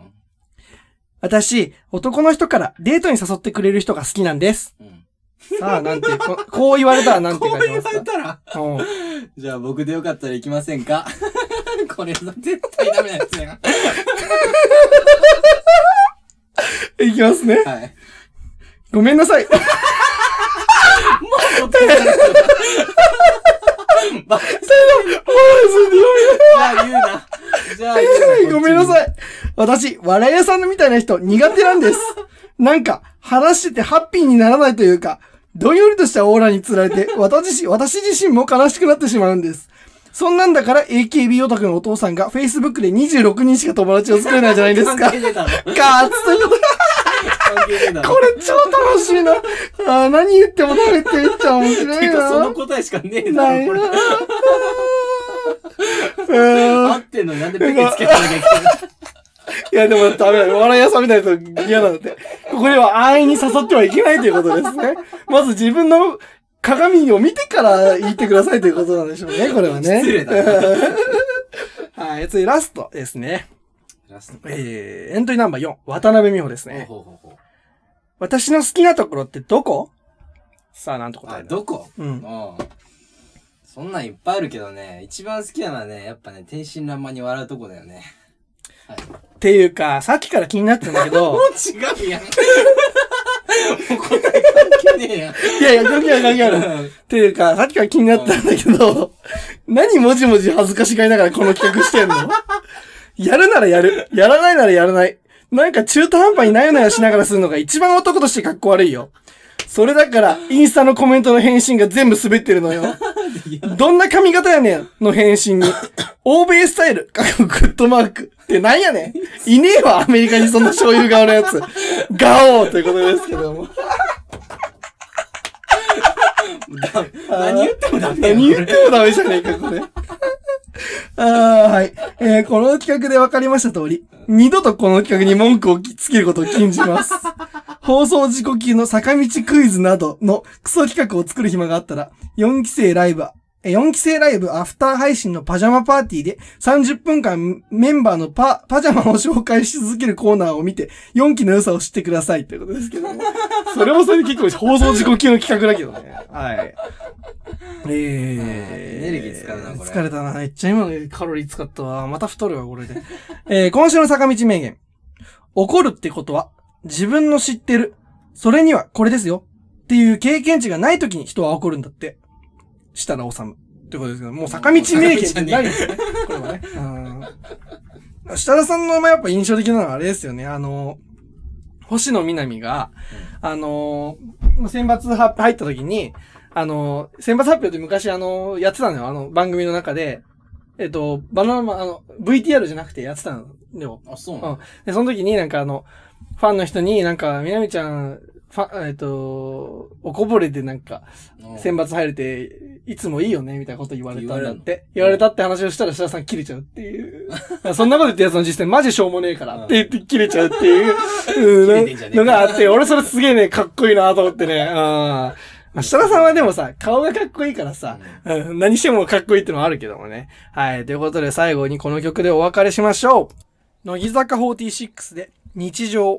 私、男の人からデートに誘ってくれる人が好きなんです。さあ、なんて、こう言われたらなんて書いてますか？ こう言われたらじゃあ僕でよかったら行きませんか？これ絶対ダメなやつや。 いきますね。 はい。 ごめんなさい。もう答えられた。 バカじゃあ言うな。 ごめんなさい。私、笑い屋さんみたいな人苦手なんです。なんか、話しててハッピーにならないというか、 どんよりとしたオーラにつられて、私自身も悲しくなってしまうんです。そんなんだから AKB オタクのお父さんが Facebook で26人しか友達を作れないじゃないですか。ガーッツということで。これ超楽しいな。何言ってもダメってめっちゃ面白いな。 その答えしかねえだろ、これ。合ってんのになんでペケつけたなきゃいけない。 いやでもダメだ。笑い屋さんみたいなと嫌なんだって。ここでは安易に誘ってはいけないということですね。まず自分の鏡を見てから言ってくださいということなんでしょうね、これはね。 失礼だな。 はい、次ラストですね。エントリーナンバー4、渡辺美穂ですね。私の好きなところってどこ？さあ、なんと答える？ どこ？ うん。 そんなんいっぱいあるけどね、一番好きなのはね、やっぱね、天真爛漫に笑うとこだよね。 はい。っていうか、さっきから気になってたんだけど。 もう違うやん。もう答え関係ねえやん。 いやいや、関係ある。っていうか、さっきから気になってたんだけど、何もじもじ恥ずかしがりながらこの企画してんの？やるならやる。やらないならやらない。なんか中途半端になよなよしながらするのが一番男としてかっこ悪いよ。それだから、インスタのコメントの返信が全部滑ってるのよ。どんな髪型やねんの返信に、欧米スタイル、グッドマークってなんやねん。いねえわ、アメリカにそんな醤油顔のやつ。ガオーということですけども。 何言ってもダメ。 何言ってもダメじゃねえか、これ。はい。この企画で分かりました通り、二度とこの企画に文句をつけることを禁じます。放送事故級の坂道クイズなどのクソ企画を作る暇があったら、4期生ライブアフター配信のパジャマパーティーで30分間メンバーのパジャマを紹介し続けるコーナーを見て4期の良さを知ってくださいということですけども。それもそれで結構放送事故級の企画だけどね。はい。 エネルギー使うな、これ。 疲れたな。めっちゃ今のカロリー使ったわ。また太るわ、これで。今週の坂道名言。怒るってことは、自分の知ってる。それにはこれですよ。っていう経験値がない時に人は怒るんだって。設楽治ってことですけど、もう坂道名言ってないですね。これはね。設楽さんのやっぱ印象的なのはあれですよね。星野みなみが、選抜入った時に、選抜発表って昔やってたのよ。番組の中で。バナナマン、VTR じゃなくてやってたのよ。 あ、そうなの？ で、その時になんかファンの人になんか、みなみちゃん、おこぼれでなんか、選抜入れて、いつもいいよねみたいなこと言われたんだって。言われたって話をしたら設楽さん切れちゃうっていう。そんなこと言ってやつの実践マジしょうもねえからって言って切れちゃうっていうのがあって、俺それすげえね、かっこいいなと思ってね。設楽さんはでもさ、顔がかっこいいからさ、何してもかっこいいってのはあるけどもね。はい。ということで最後にこの曲でお別れしましょう。乃木坂46で日常。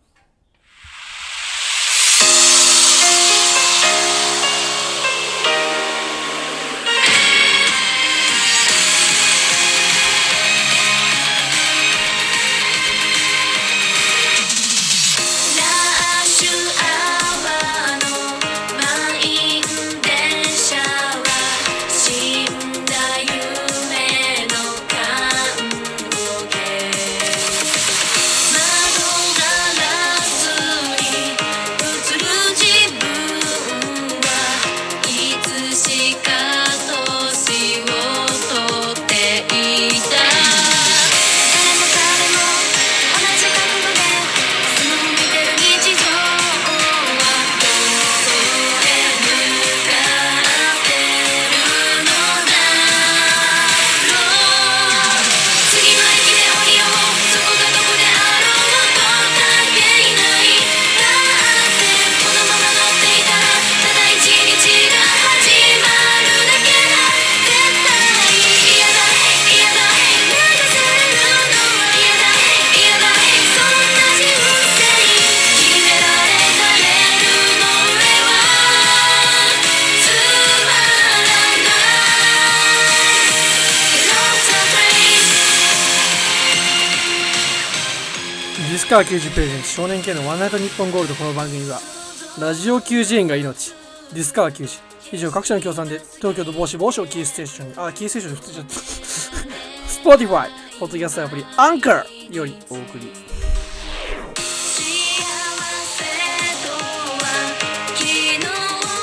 ディスカー90プレゼンツ少年系のワンナイトニッポンゴールド。この番組はラジオ90円が命、ディスカー90以上各社の協賛で東京都某市某所キーステーションにキーステーションで普通じゃったスポーティファイポッドキャストアプリアンカーよりお送り。幸せとは昨日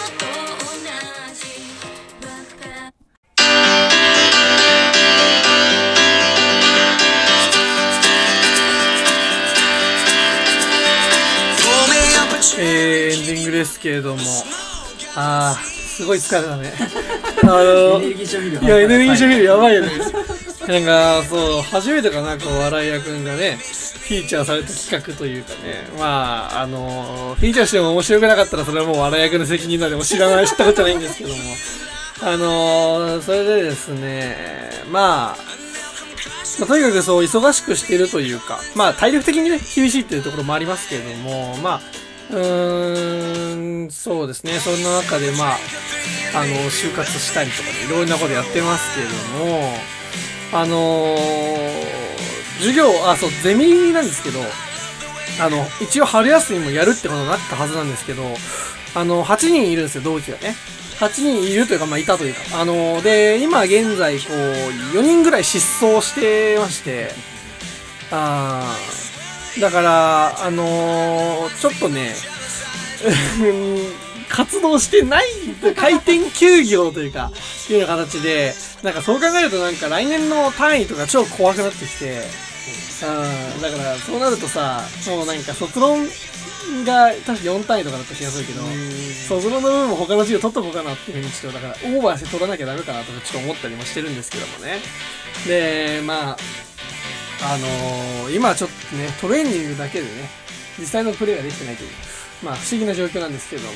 エンディングですけれども、すごい疲れたね。 エネルギー消費量。 いや、エネルギー消費量やばいよね。なんか、そう、初めてかな、こう、笑い屋くんがね、フィーチャーされた企画というかね、まあ、フィーチャーしても面白くなかったら、それはもう笑い役の責任なんで、も知ったことじゃないんですけども、それでですね、まあ、とにかくそう、忙しくしているというか、まあ、体力的にね、厳しいっていうところもありますけれども、まあ、そうですね、そんな中で、まあ、就活したりとかね、いろんなことやってますけれども、授業、そう、ゼミなんですけど、一応春休みもやるってことになったはずなんですけど、8人いるんですよ、同期がね。8人いるというか、まあ、いたというか。で、今現在、こう、4人ぐらい失踪してまして、だから、ちょっとね、活動してない、回転休業というか、いうような形で、なんかそう考えるとなんか来年の単位とか超怖くなってきて、だからそうなるとさ、もうなんか卒論が確か4単位とかだった気がするけど、卒論の部分も他の授業取っとこうかなっていうふうにちょっとだからオーバーして取らなきゃダメかなとかちょっと思ったりもしてるんですけどもね。で、まあ、今ちょっとね、トレーニングだけでね、実際のプレーができてないという、まあ不思議な状況なんですけども、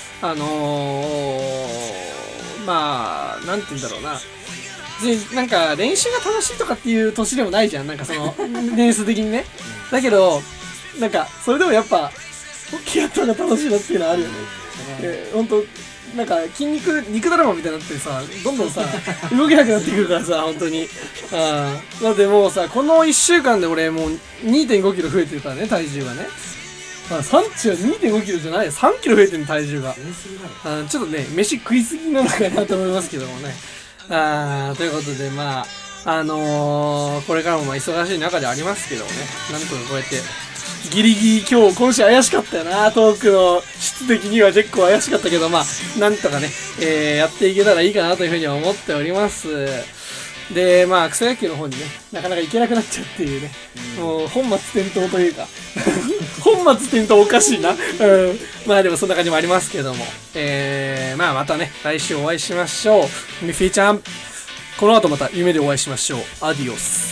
まあ、なんて言うんだろうな。なんか練習が楽しいとかっていう年でもないじゃん。なんかその、年数的にね。だけど、なんか、それでもやっぱ、ホッケーやった方が楽しいなっていうのはあるよね。ほんと、なんか肉だるまみたいになってさ、どんどんさ、動けなくなってくるからさ、本当に。だってもうさ、この1週間で俺もう 2.5 キロ増えてるからね、体重がね。2.5 キロじゃないよ。3キロ増えてる体重が。ちょっとね、飯食いすぎなのかなと思いますけどもね。ということで、まあ、これからもまあ忙しい中でありますけどもね、なんとかこうやって、ギリギリ今週怪しかったよな、トークの質的には結構怪しかったけど、まあ、なんとかね、やっていけたらいいかなというふうには思っております。で、まあ、草野球の方にね、なかなか行けなくなっちゃうっていうね、もう本末転倒というか、本末転倒おかしいな。まあでもそんな感じもありますけども、まあまたね、来週お会いしましょう。ミッフィーちゃん、この後また夢でお会いしましょう。アディオス。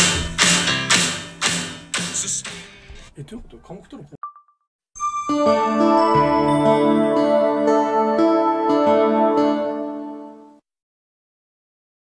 どういうこと？科目取る